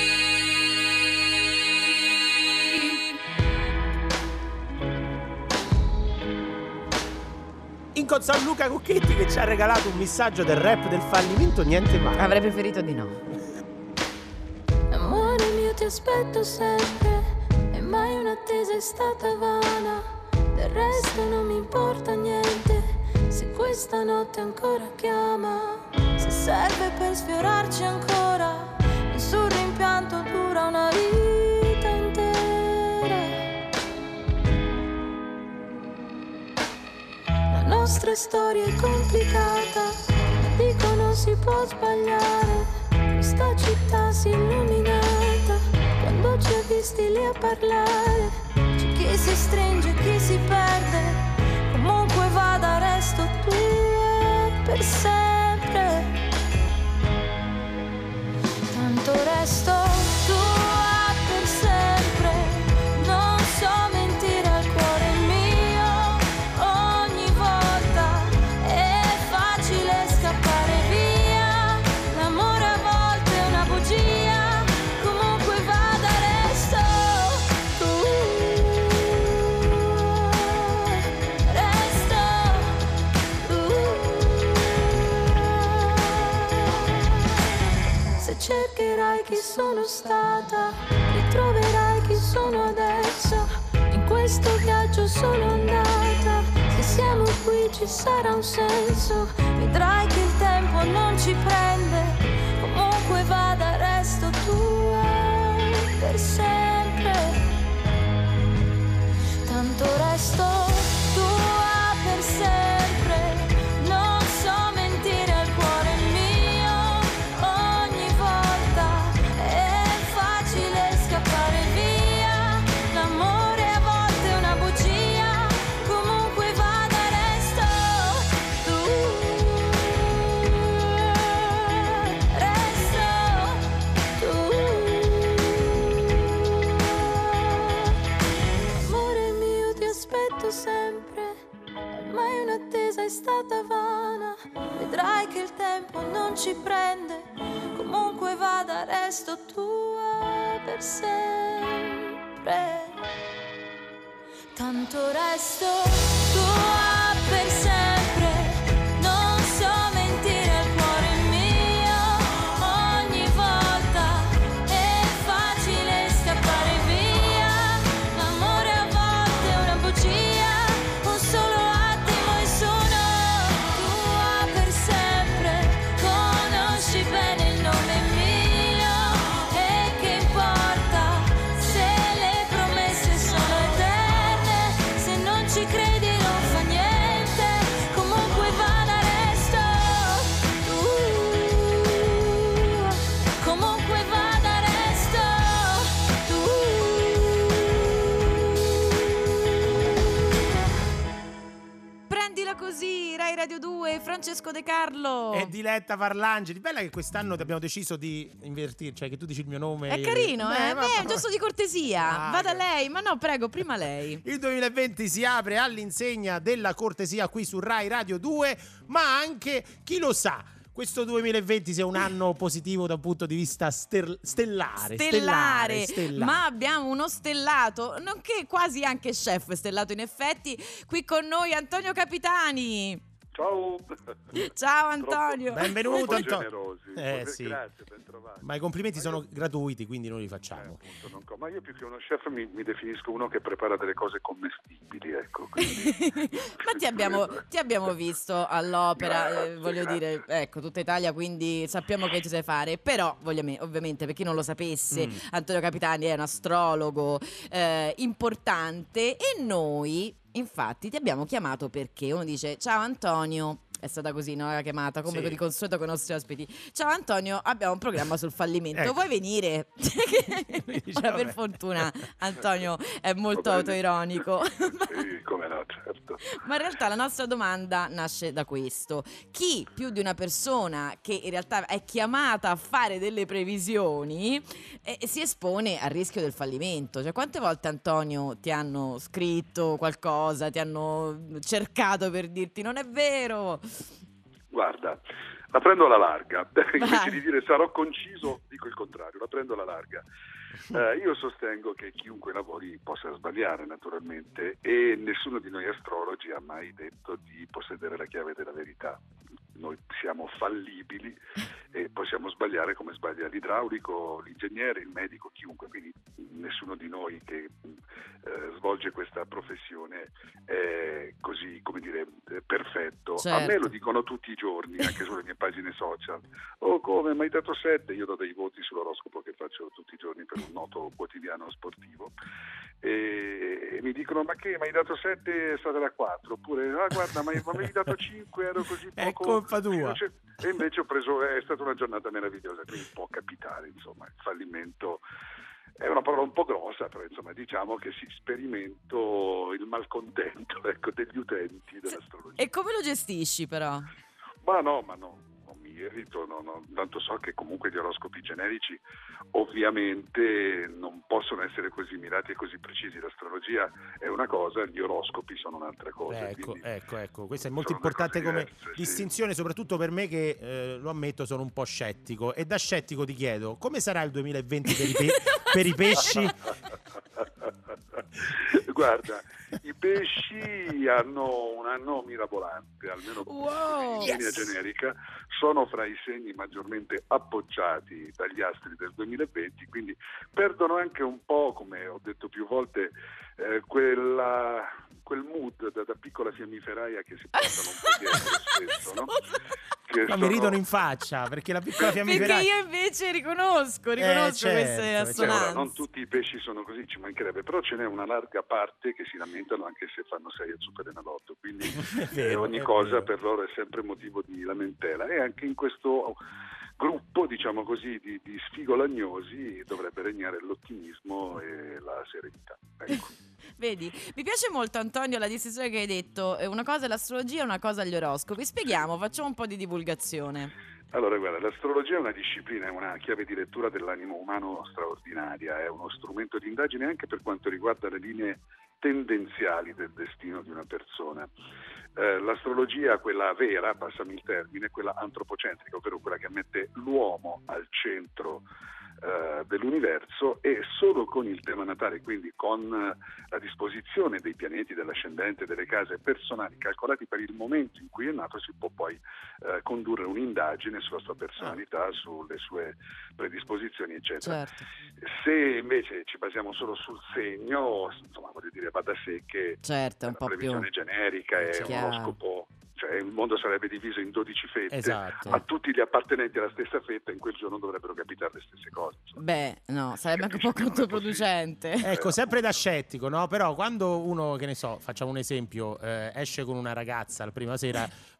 In console Luca Cucchetti che ci ha regalato un messaggio del rap del fallimento, niente male. Avrei preferito di no. Amore mio ti aspetto sempre e mai un'attesa è stata vana. Del resto non mi importa niente se questa notte ancora chiama. Se serve per sfiorarci ancora, nessun rimpianto dura una vita intera. La nostra storia è complicata, ma dico non si può sbagliare. Questa città si è illuminata quando ci ha visti lì a parlare. C'è chi si stringe, chi si perde, comunque vada resto tua per sempre. Tanto resto tua per sempre. Non so mentire al cuore mio, ogni volta è facile scappare via. L'amore a volte è una bugia, comunque vada resto tu. Resto tu. Se cercherai chi sono stata, ritroverai chi sono adesso. In questo viaggio sono andata, se siamo qui ci sarà un senso. Vedrai che il tempo non ci prende, comunque vada resto tua per sempre. Tanto resto tua per sempre. Non so mentire al cuore mio, ogni volta è facile scappare via. L'amore a volte è una bugia, comunque vada resto tu. Resto tu. Amore mio ti aspetto sempre, mai un'attesa è stata vana. Vedrai che il tempo non ci prende, comunque vada resto tua per sempre. Tanto resto tua per sempre. Non so mentire al cuore mio, ogni volta è facile scappare via. L'amore a volte è una bugia, un solo attimo e sono tua per sempre. Conosci bene il nome mio e che importa se le promesse sono eterne. Se non ci credi non fa niente, Radio 2, Francesco De Carlo. E Diletta Parlangeli. Bella che quest'anno abbiamo deciso di invertire, cioè che tu dici il mio nome. È carino, è giusto di cortesia. Vada che... lei, ma no, prego, prima lei. Il 2020 si apre all'insegna della cortesia qui su Rai Radio 2, ma anche, chi lo sa, questo 2020 sia un anno positivo da un punto di vista stellare. Ma abbiamo uno stellato, nonché quasi anche chef stellato in effetti, qui con noi Antonio Capitani. Ciao Antonio. Benvenuto Antonio. Sì. Grazie, ben trovato. Ma i complimenti sono gratuiti, quindi noi li facciamo. Appunto, ma io più che uno chef mi definisco uno che prepara delle cose commestibili, ecco. Ma ti abbiamo visto all'opera, voglio dire, ecco, tutta Italia, quindi sappiamo che ci sai fare. Però, ovviamente, per chi non lo sapesse, Antonio Capitani è un astrologo importante e noi... Infatti ti abbiamo chiamato perché uno dice: ciao Antonio, è stata così, no? La chiamata come di consueto con i nostri ospiti. Ciao Antonio, abbiamo un programma sul fallimento, ecco. Vuoi venire? Ora, per fortuna Antonio è molto autoironico. Sì, come no, certo. Ma in realtà la nostra domanda nasce da questo: chi più di una persona che in realtà è chiamata a fare delle previsioni si espone al rischio del fallimento? Cioè, quante volte, Antonio, ti hanno scritto qualcosa, ti hanno cercato per dirti non è vero? Guarda, la prendo alla larga. Invece di dire sarò conciso, dico il contrario, la prendo alla larga. Io sostengo che chiunque lavori possa sbagliare, naturalmente, e nessuno di noi astrologi ha mai detto di possedere la chiave della verità. Noi siamo fallibili e possiamo sbagliare come sbaglia l'idraulico, l'ingegnere, il medico, chiunque. Quindi nessuno di noi che svolge questa professione è così, come dire, perfetto. Certo. A me lo dicono tutti i giorni, anche sulle mie pagine social. Oh, come, mi hai dato 7? Io do dei voti sull'oroscopo che faccio tutti i giorni per un noto quotidiano sportivo. E mi dicono: ma che, mi hai dato 7, è stata da 4? Oppure, guarda, ma mi avevi dato 5, ero così poco. È colpa tua. E invece è stata una giornata meravigliosa. Quindi può capitare, insomma, il fallimento è una parola un po' grossa, però insomma diciamo che si sperimento il malcontento, ecco, degli utenti dell'astrologia. E come lo gestisci, però? Ma no, non mi irrito, tanto so che comunque gli oroscopi generici ovviamente non possono essere così mirati e così precisi. L'astrologia è una cosa, gli oroscopi sono un'altra cosa. Ecco, questa è molto importante come distinzione, soprattutto per me che, lo ammetto, sono un po' scettico. E da scettico ti chiedo, come sarà il 2020 per i pesci? Guarda, i pesci hanno un anno mirabolante, almeno in linea generica, sono fra i segni maggiormente appoggiati dagli astri del 2020, quindi perdono anche un po', come ho detto più volte, quel mood da piccola fiammiferaia che si portano un po' dietro spesso, no? Ma mi ridono in faccia perché la piccola fiammiferaia. Perché io invece riconosco queste assonanze. Non tutti i pesci sono così, ci mancherebbe, però ce n'è una larga parte che si lamentano anche se fanno 6 al Superenalotto, quindi ogni cosa per loro è sempre motivo di lamentela, e anche in questo gruppo, diciamo così, di sfigolagnosi dovrebbe regnare l'ottimismo e la serenità. Ecco. Vedi, mi piace molto, Antonio, la distinzione che hai detto. Una cosa è l'astrologia, una cosa gli oroscopi. Spieghiamo, facciamo un po' di divulgazione. Allora, guarda, l'astrologia è una disciplina, è una chiave di lettura dell'animo umano straordinaria, è uno strumento di indagine anche per quanto riguarda le linee tendenziali del destino di una persona. L'astrologia, quella vera, passami il termine, quella antropocentrica, ovvero quella che mette l'uomo al centro dell'universo, e solo con il tema natale, quindi con la disposizione dei pianeti, dell'ascendente, delle case personali calcolati per il momento in cui è nato, si può poi condurre un'indagine sulla sua personalità, sulle sue predisposizioni, eccetera. Certo. Se invece ci basiamo solo sul segno, insomma, voglio dire, va da sé che certo, una previsione generica è un oroscopo. Cioè il mondo sarebbe diviso in 12 fette, esatto. A tutti gli appartenenti alla stessa fetta in quel giorno dovrebbero capitare le stesse cose. Beh, no, sarebbe anche un po' controproducente. Ecco, sempre da scettico, no? Però quando uno, che ne so, facciamo un esempio, esce con una ragazza la prima sera,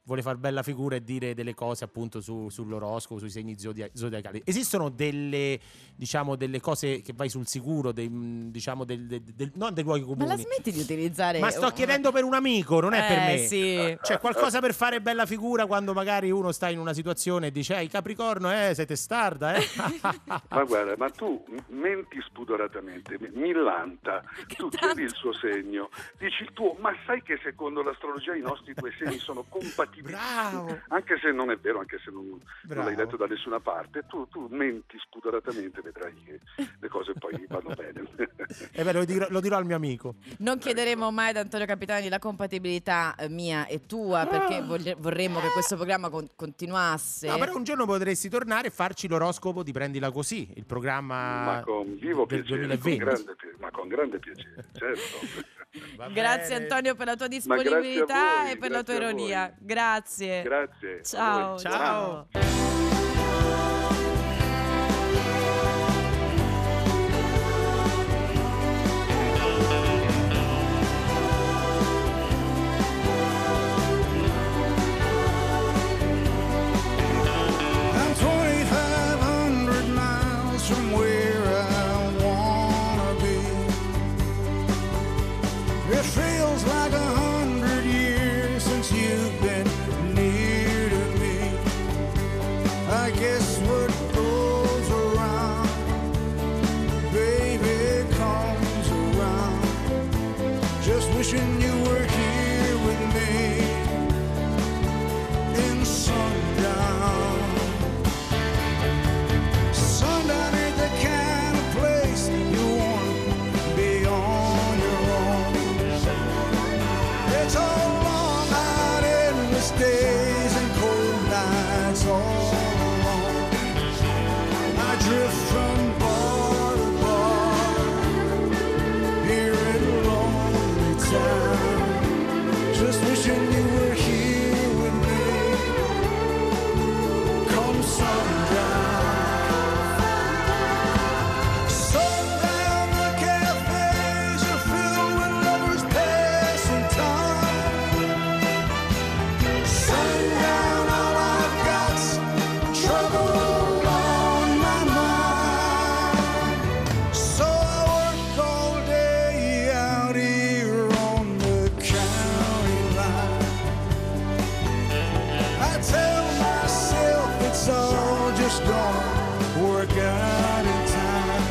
vuole far bella figura e dire delle cose appunto sull'oroscopo, sui segni zodiacali. Esistono delle cose che vai sul sicuro, non dei luoghi comuni. Ma la smetti di utilizzare... Ma sto chiedendo per un amico, non è per me. Sì. Cioè qualcosa per fare bella figura quando magari uno sta in una situazione e dice Capricorno, sei testarda, Ma guarda, ma tu menti spudoratamente, millanta, tu chiedi il suo segno, dici il tuo, ma sai che secondo l'astrologia i nostri due segni sono compatibili? Bravo. Anche se non è vero, anche se non l'hai detto da nessuna parte, tu menti spudoratamente, vedrai che le cose poi vanno bene. Lo dirò al mio amico. Non chiederemo mai ad Antonio Capitani la compatibilità mia e tua, perché vorremmo che questo programma continuasse. No, però un giorno potresti tornare e farci l'oroscopo di Prendila Così, il programma ma con vivo del piacere, 2020. con grande piacere, certo. Grazie Antonio per la tua disponibilità e per la tua ironia. Grazie. Grazie. Ciao. Ciao. It feels like 100 years since you've been near to me. I guess what goes around, baby, comes around. Just wishing you were here with me in sundown. Sundown ain't the kind of place you want to be on your own. It's all long, hot, endless days and cold nights all alone. I drift from bar to bar here in lonely town, just wishing you were here with me come sundown. Sundown, the cafes are filled with lovers passing time. Sundown, all I've got's trouble on my mind. So I work all day out here on the county line. I tell myself it's all just gonna work out in time.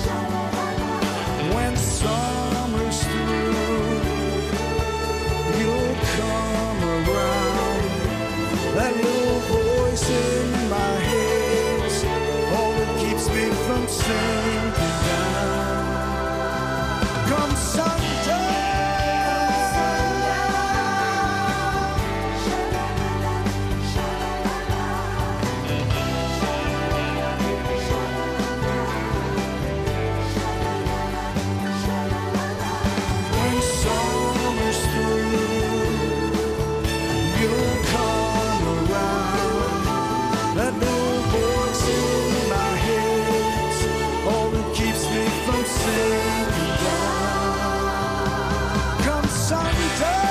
When summer's through, you'll come around. That little voice in my head's all that keeps me from sinking down. Come sundown. When summer's through, you'll come around. That little voice in my head's all that keeps me from sinking down. Come sundown.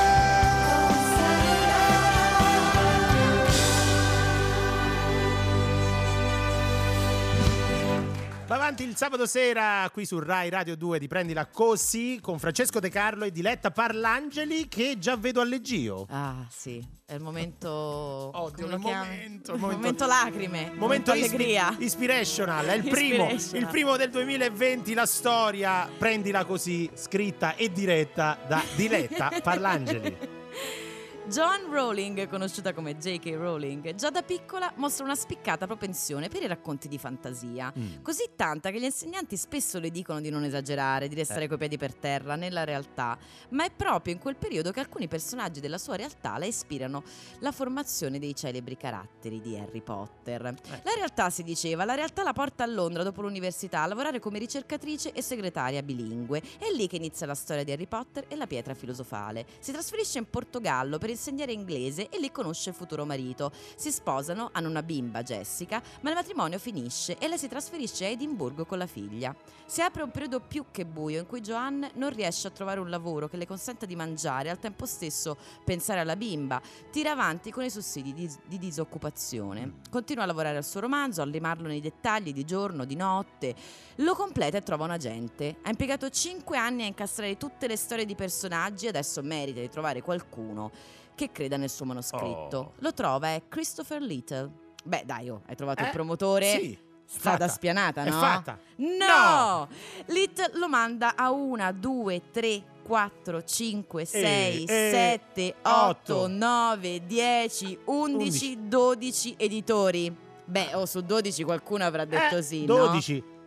Va avanti il sabato sera qui su Rai Radio 2 di Prendila Così con Francesco De Carlo e Diletta Parlangeli, che già vedo Allegio. Ah, sì, è il momento. Oddio, come lo chiami? il momento lacrime. Momento allegria. Inspirational, è il Inspirational. primo del 2020, la storia Prendila Così, scritta e diretta da Diletta Parlangeli. Joan Rowling, conosciuta come J.K. Rowling, già da piccola mostra una spiccata propensione per i racconti di fantasia, così tanta che gli insegnanti spesso le dicono di non esagerare, di restare coi piedi per terra nella realtà, ma è proprio in quel periodo che alcuni personaggi della sua realtà la ispirano la formazione dei celebri caratteri di Harry Potter. La realtà, si diceva, la realtà la porta a Londra dopo l'università a lavorare come ricercatrice e segretaria bilingue. È lì che inizia la storia di Harry Potter e la pietra filosofale. Si trasferisce in Portogallo per insegnare inglese e lì conosce il futuro marito. Si sposano, hanno una bimba, Jessica, ma il matrimonio finisce e lei si trasferisce a Edimburgo con la figlia. Si apre un periodo più che buio in cui Joanne non riesce a trovare un lavoro che le consenta di mangiare e al tempo stesso pensare alla bimba. Tira avanti con i sussidi di disoccupazione. Continua a lavorare al suo romanzo, a limarlo nei dettagli di giorno, di notte. Lo completa e trova un agente. Ha impiegato 5 anni a incastrare tutte le storie di personaggi e adesso merita di trovare qualcuno che creda nel suo manoscritto. Lo trova, è Christopher Little. Beh dai, hai trovato il promotore? Sì. Strada spianata, no? È fatta. No! Little lo manda a 1, 2, 3, 4, 5, 6, 7, 8, 9, 10, 11, 12 editori. Beh, su 12 qualcuno avrà detto sì, 12. no?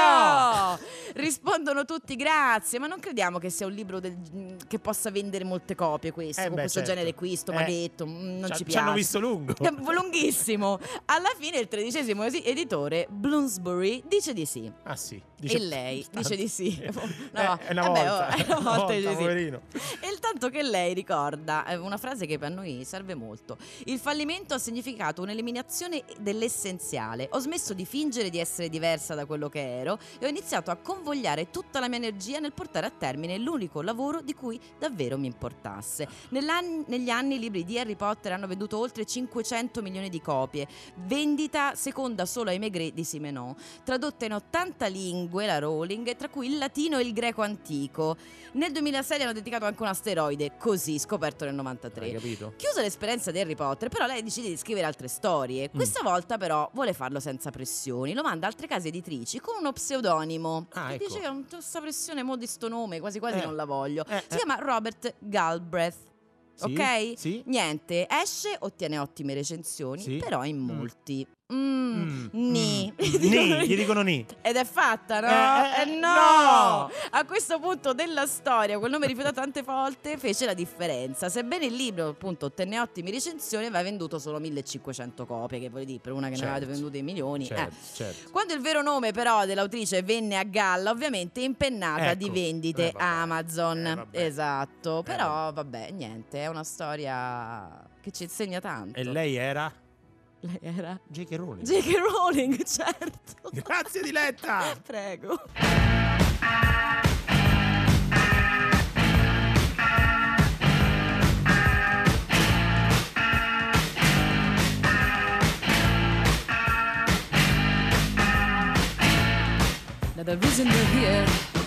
No! Rispondono tutti grazie, ma non crediamo che sia un libro che possa vendere molte copie questo, con questo genere qui, sto maghetto, non ci piace. Ci hanno visto lungo. Lunghissimo. Alla fine il 13° editore, Bloomsbury, dice di sì. Ah sì. E lei dice di sì. No, è una volta. Una volta dice poverino. E il tanto che lei ricorda una frase che per noi serve molto: il fallimento ha significato un'eliminazione dell'essenziale. Ho smesso di fingere di essere diversa da quello che ero e ho iniziato a convogliare tutta la mia energia nel portare a termine l'unico lavoro di cui davvero mi importasse. Negli anni i libri di Harry Potter hanno venduto oltre 500 milioni di copie, vendita seconda solo ai Maigret di Simenon, tradotta in 80 lingue la Rowling, tra cui il latino e il greco antico. Nel 2006 hanno dedicato anche un asteroide, così scoperto nel 93. Hai capito? Chiusa l'esperienza di Harry Potter, però lei decide di scrivere altre storie. Questa volta però vuole farlo senza pressioni, lo manda a altre case editrici con uno pseudonimo. Ecco. Dice che questa pressione, mo di sto nome, quasi non la voglio. Si chiama Robert Galbraith. Sì, ok? sì. Niente, esce, ottiene ottime recensioni, però in molti Gli dicono ni. Ed è fatta, no? No! A questo punto della storia, quel nome rifiutato tante volte fece la differenza. Sebbene il libro, appunto, ottenne ottime recensioni, aveva venduto solo 1500 copie, che vuol dire per una che ne aveva vendute milioni. Certo. Quando il vero nome però dell'autrice venne a galla, ovviamente impennata di vendite Amazon. Esatto. Però vabbè, niente, è una storia che ci insegna tanto. E lei era? Lei era J.K. Rowling. J.K. Rowling, certo. Grazie Diletta. Prego. Now the reason we're here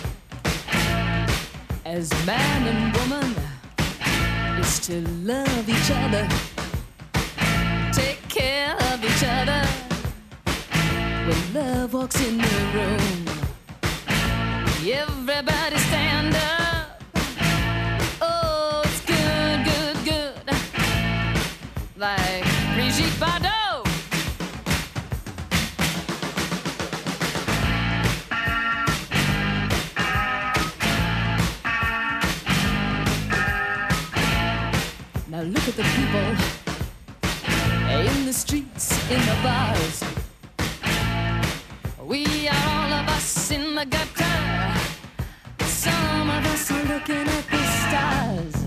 as man and woman is to love each other, take care of each other. When love walks in the room, everybody stand up. Oh, it's good, good, good, like Brigitte Bardot. Now look at the people in the streets, in the bars. We are all of us in the gutter. Some of us are looking at the stars.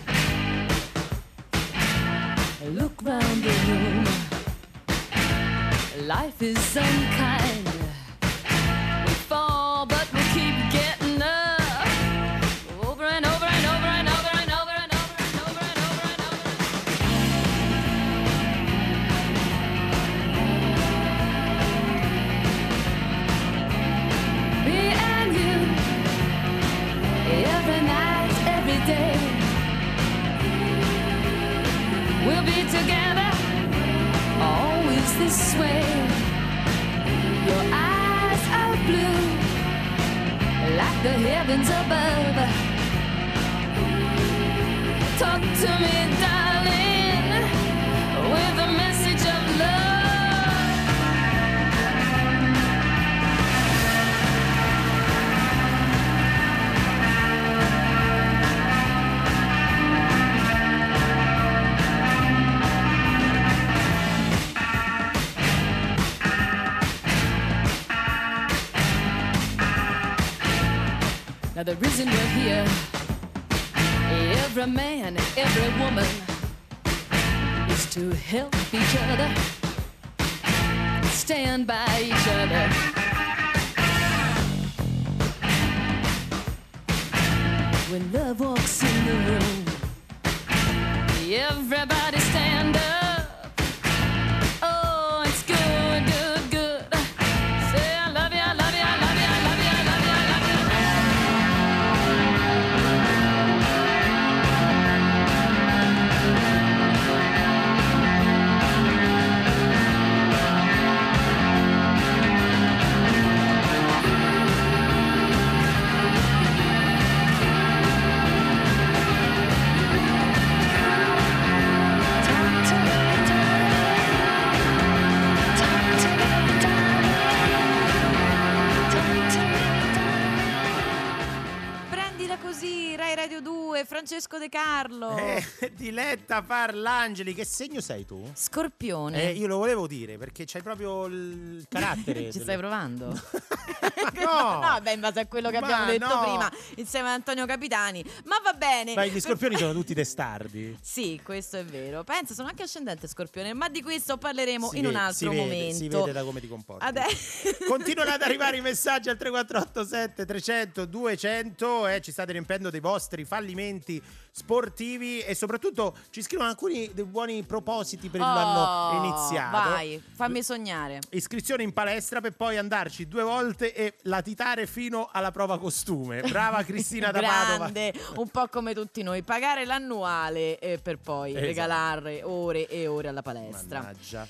Look round the room. Life is unkind. We fall, but we keep getting up. Over and over and over and over and over and over and over and over and over. Me and you, every night, every day. We'll be together, always this way. Your eyes are blue, like the heavens above. Talk to me, darling, with a message of love. Now the reason we're here, every man, every woman to help each other, stand by each other. When love walks in the room, everybody stand up. Oh, it's good, good, good. Say I love you, I love you, I love you, I love you, I love you, I love you. Così, Rai Radio 2, Francesco De Carlo. Diletta Parlangeli, che segno sei tu? Scorpione. Io lo volevo dire perché c'hai proprio il carattere. Ci stai provando? No, beh, in base a quello che abbiamo detto prima, insieme ad Antonio Capitani. Ma va bene. Ma gli scorpioni sono tutti testardi. Sì, questo è vero. Pensa, sono anche ascendente scorpione, ma di questo parleremo in un altro momento. Si vede da come ti comporti. Continuano ad arrivare i messaggi al 3487 300 200 e ci state riempendo dei vostri fallimenti sportivi e soprattutto ci scrivono alcuni dei buoni propositi per l'anno iniziato. Vai, fammi sognare. Iscrizione in palestra per poi andarci 2 volte e latitare fino alla prova costume. Brava Cristina da Padova. Grande, un po' come tutti noi, pagare l'annuale per poi regalare ore e ore alla palestra. Mannaggia.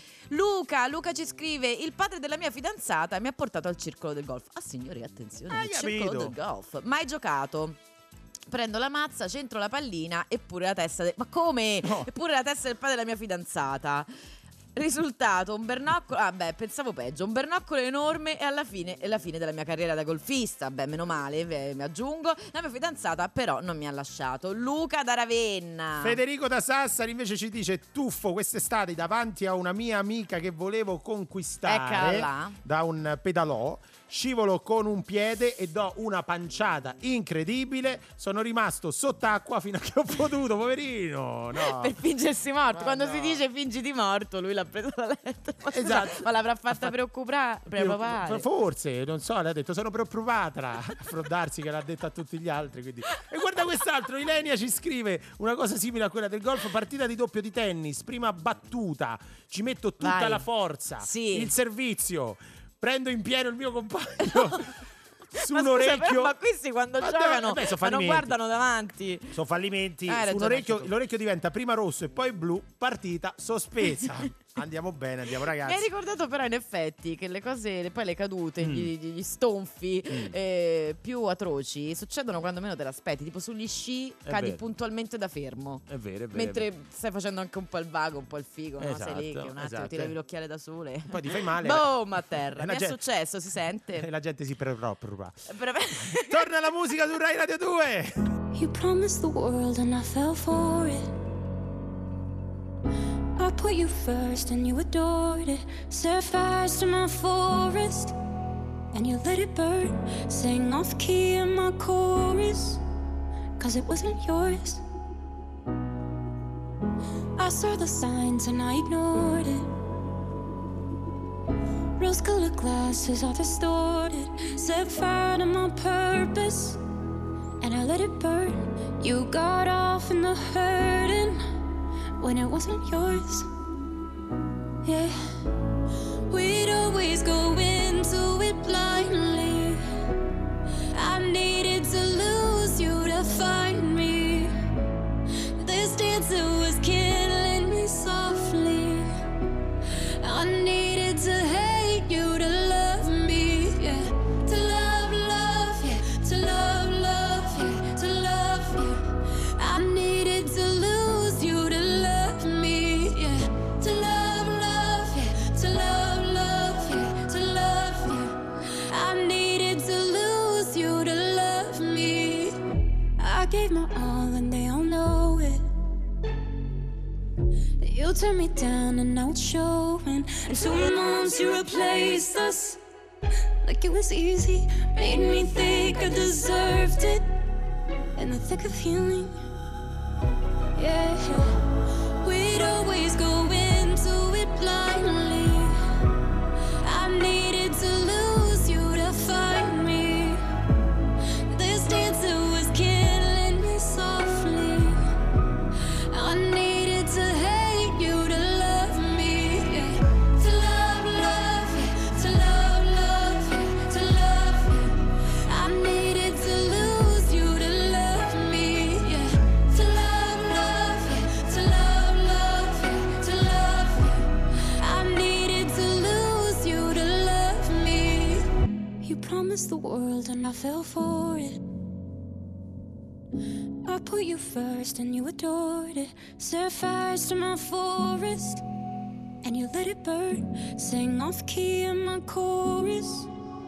Luca ci scrive: il padre della mia fidanzata mi ha portato al circolo del golf. Ah, signori, attenzione, il circolo del golf. Mai giocato. Prendo la mazza, centro la pallina eppure la testa ma come? No. Eppure la testa del padre della mia fidanzata. Risultato, un bernoccolo. Pensavo peggio. Un bernoccolo enorme e alla fine è la fine della mia carriera da golfista. Beh, meno male, mi aggiungo. La mia fidanzata però non mi ha lasciato. Luca da Ravenna. Federico da Sassari invece ci dice: tuffo quest'estate davanti a una mia amica che volevo conquistare da un pedalò. Scivolo con un piede e do una panciata incredibile. Sono rimasto sott'acqua fino a che ho potuto, poverino. No. Per fingersi morto. Ma quando si dice fingiti morto, lui l'ha preso da letto. Esatto. Ma l'avrà fatta preoccupare. Forse, non so, le ha detto sono preoccupata a froddarsi, che l'ha detto a tutti gli altri. Quindi. E guarda quest'altro, Ilenia ci scrive una cosa simile a quella del golf. Partita di doppio di tennis, prima battuta, ci metto tutta la forza, il servizio. Prendo in pieno il mio compagno su un orecchio. Ma questi quando giocano ma non guardano davanti. Sono fallimenti. Su un orecchio, l'orecchio diventa prima rosso e poi blu. Partita sospesa. Andiamo bene, andiamo ragazzi. Mi hai ricordato però in effetti che le cose, poi le cadute, gli stonfi più atroci succedono quando meno te l'aspetti. Tipo sugli sci cadi puntualmente da fermo. È vero. Mentre stai facendo anche un po' il vago, un po' il figo, no? Sei lì che un attimo ti levi l'occhiale da sole. Poi ti fai male. Boom, a terra. Mi è successo, si sente. E la gente si preoccupa. Torna la musica su Rai Radio 2. You promised the world and I fell for it. I put you first and you adored it. Set fires to my forest and you let it burn. Sang off key in my chorus, 'cause it wasn't yours. I saw the signs and I ignored it. Rose-colored glasses are distorted. Set fire to my purpose and I let it burn. You got off in the hurting when it wasn't yours. Yeah, we'd always go into it blindly. I needed to lose you to find me. This dancer was killing me softly. I needed to hate you to love me. Yeah, to love, yeah, to love, yeah, to love you. I needed to lose you to love me. Yeah, to love, yeah, to love, yeah, to love you. I needed to lose you to love me. I gave my all and they all know it. You turned me down and now it's showing. And 2 months you replaced us like it was easy. Made me think I deserved it in the thick of healing. Yeah, we'd always go in I fell for it. I put you first and you adored it. Set fires to my forest and you let it burn. Sang off key in my chorus.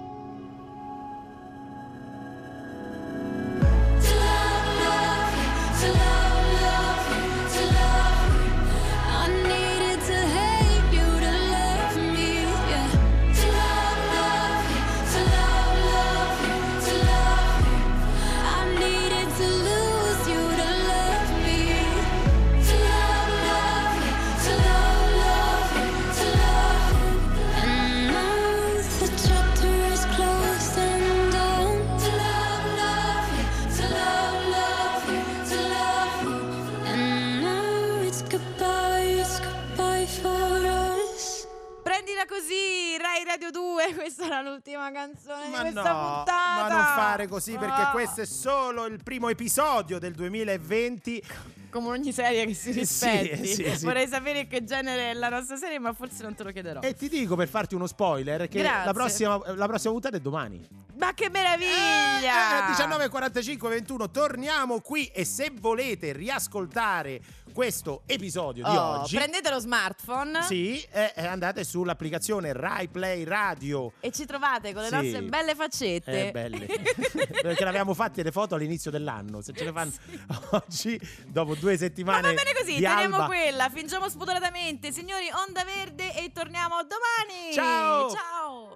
To love, love you, to love, love you, to love you. I needed to hate you to love me, yeah. To love, love you, to love, love you, to love you. I needed to lose you to love me. To love, love you, to love, love you, to love you. And now the chapter is closed and done. To love, love you, to love, love you, to love you. And now it's goodbye for us. Prendila così, Rai Radio 2, questa era l'ultima canzone di questa puntata. Ma non fare così, perché questo è solo il primo episodio del 2020. Come ogni serie che si rispetti. Sì. Vorrei sapere che genere è la nostra serie, ma forse non te lo chiederò. E ti dico, per farti uno spoiler, che la prossima puntata è domani. Ma che meraviglia! 19:45, 21. Torniamo qui, e se volete riascoltare questo episodio di oggi, prendete lo smartphone. Sì, andate sull'applicazione Rai Play Radio e ci trovate con le nostre belle faccette. Belle. Perché l'abbiamo fatte le foto all'inizio dell'anno. Se ce le fanno oggi, dopo 2 settimane. Ma va bene così, di teniamo alba. quella. Fingiamo spudoratamente. Signori, Onda Verde, e torniamo domani. Ciao. Ciao.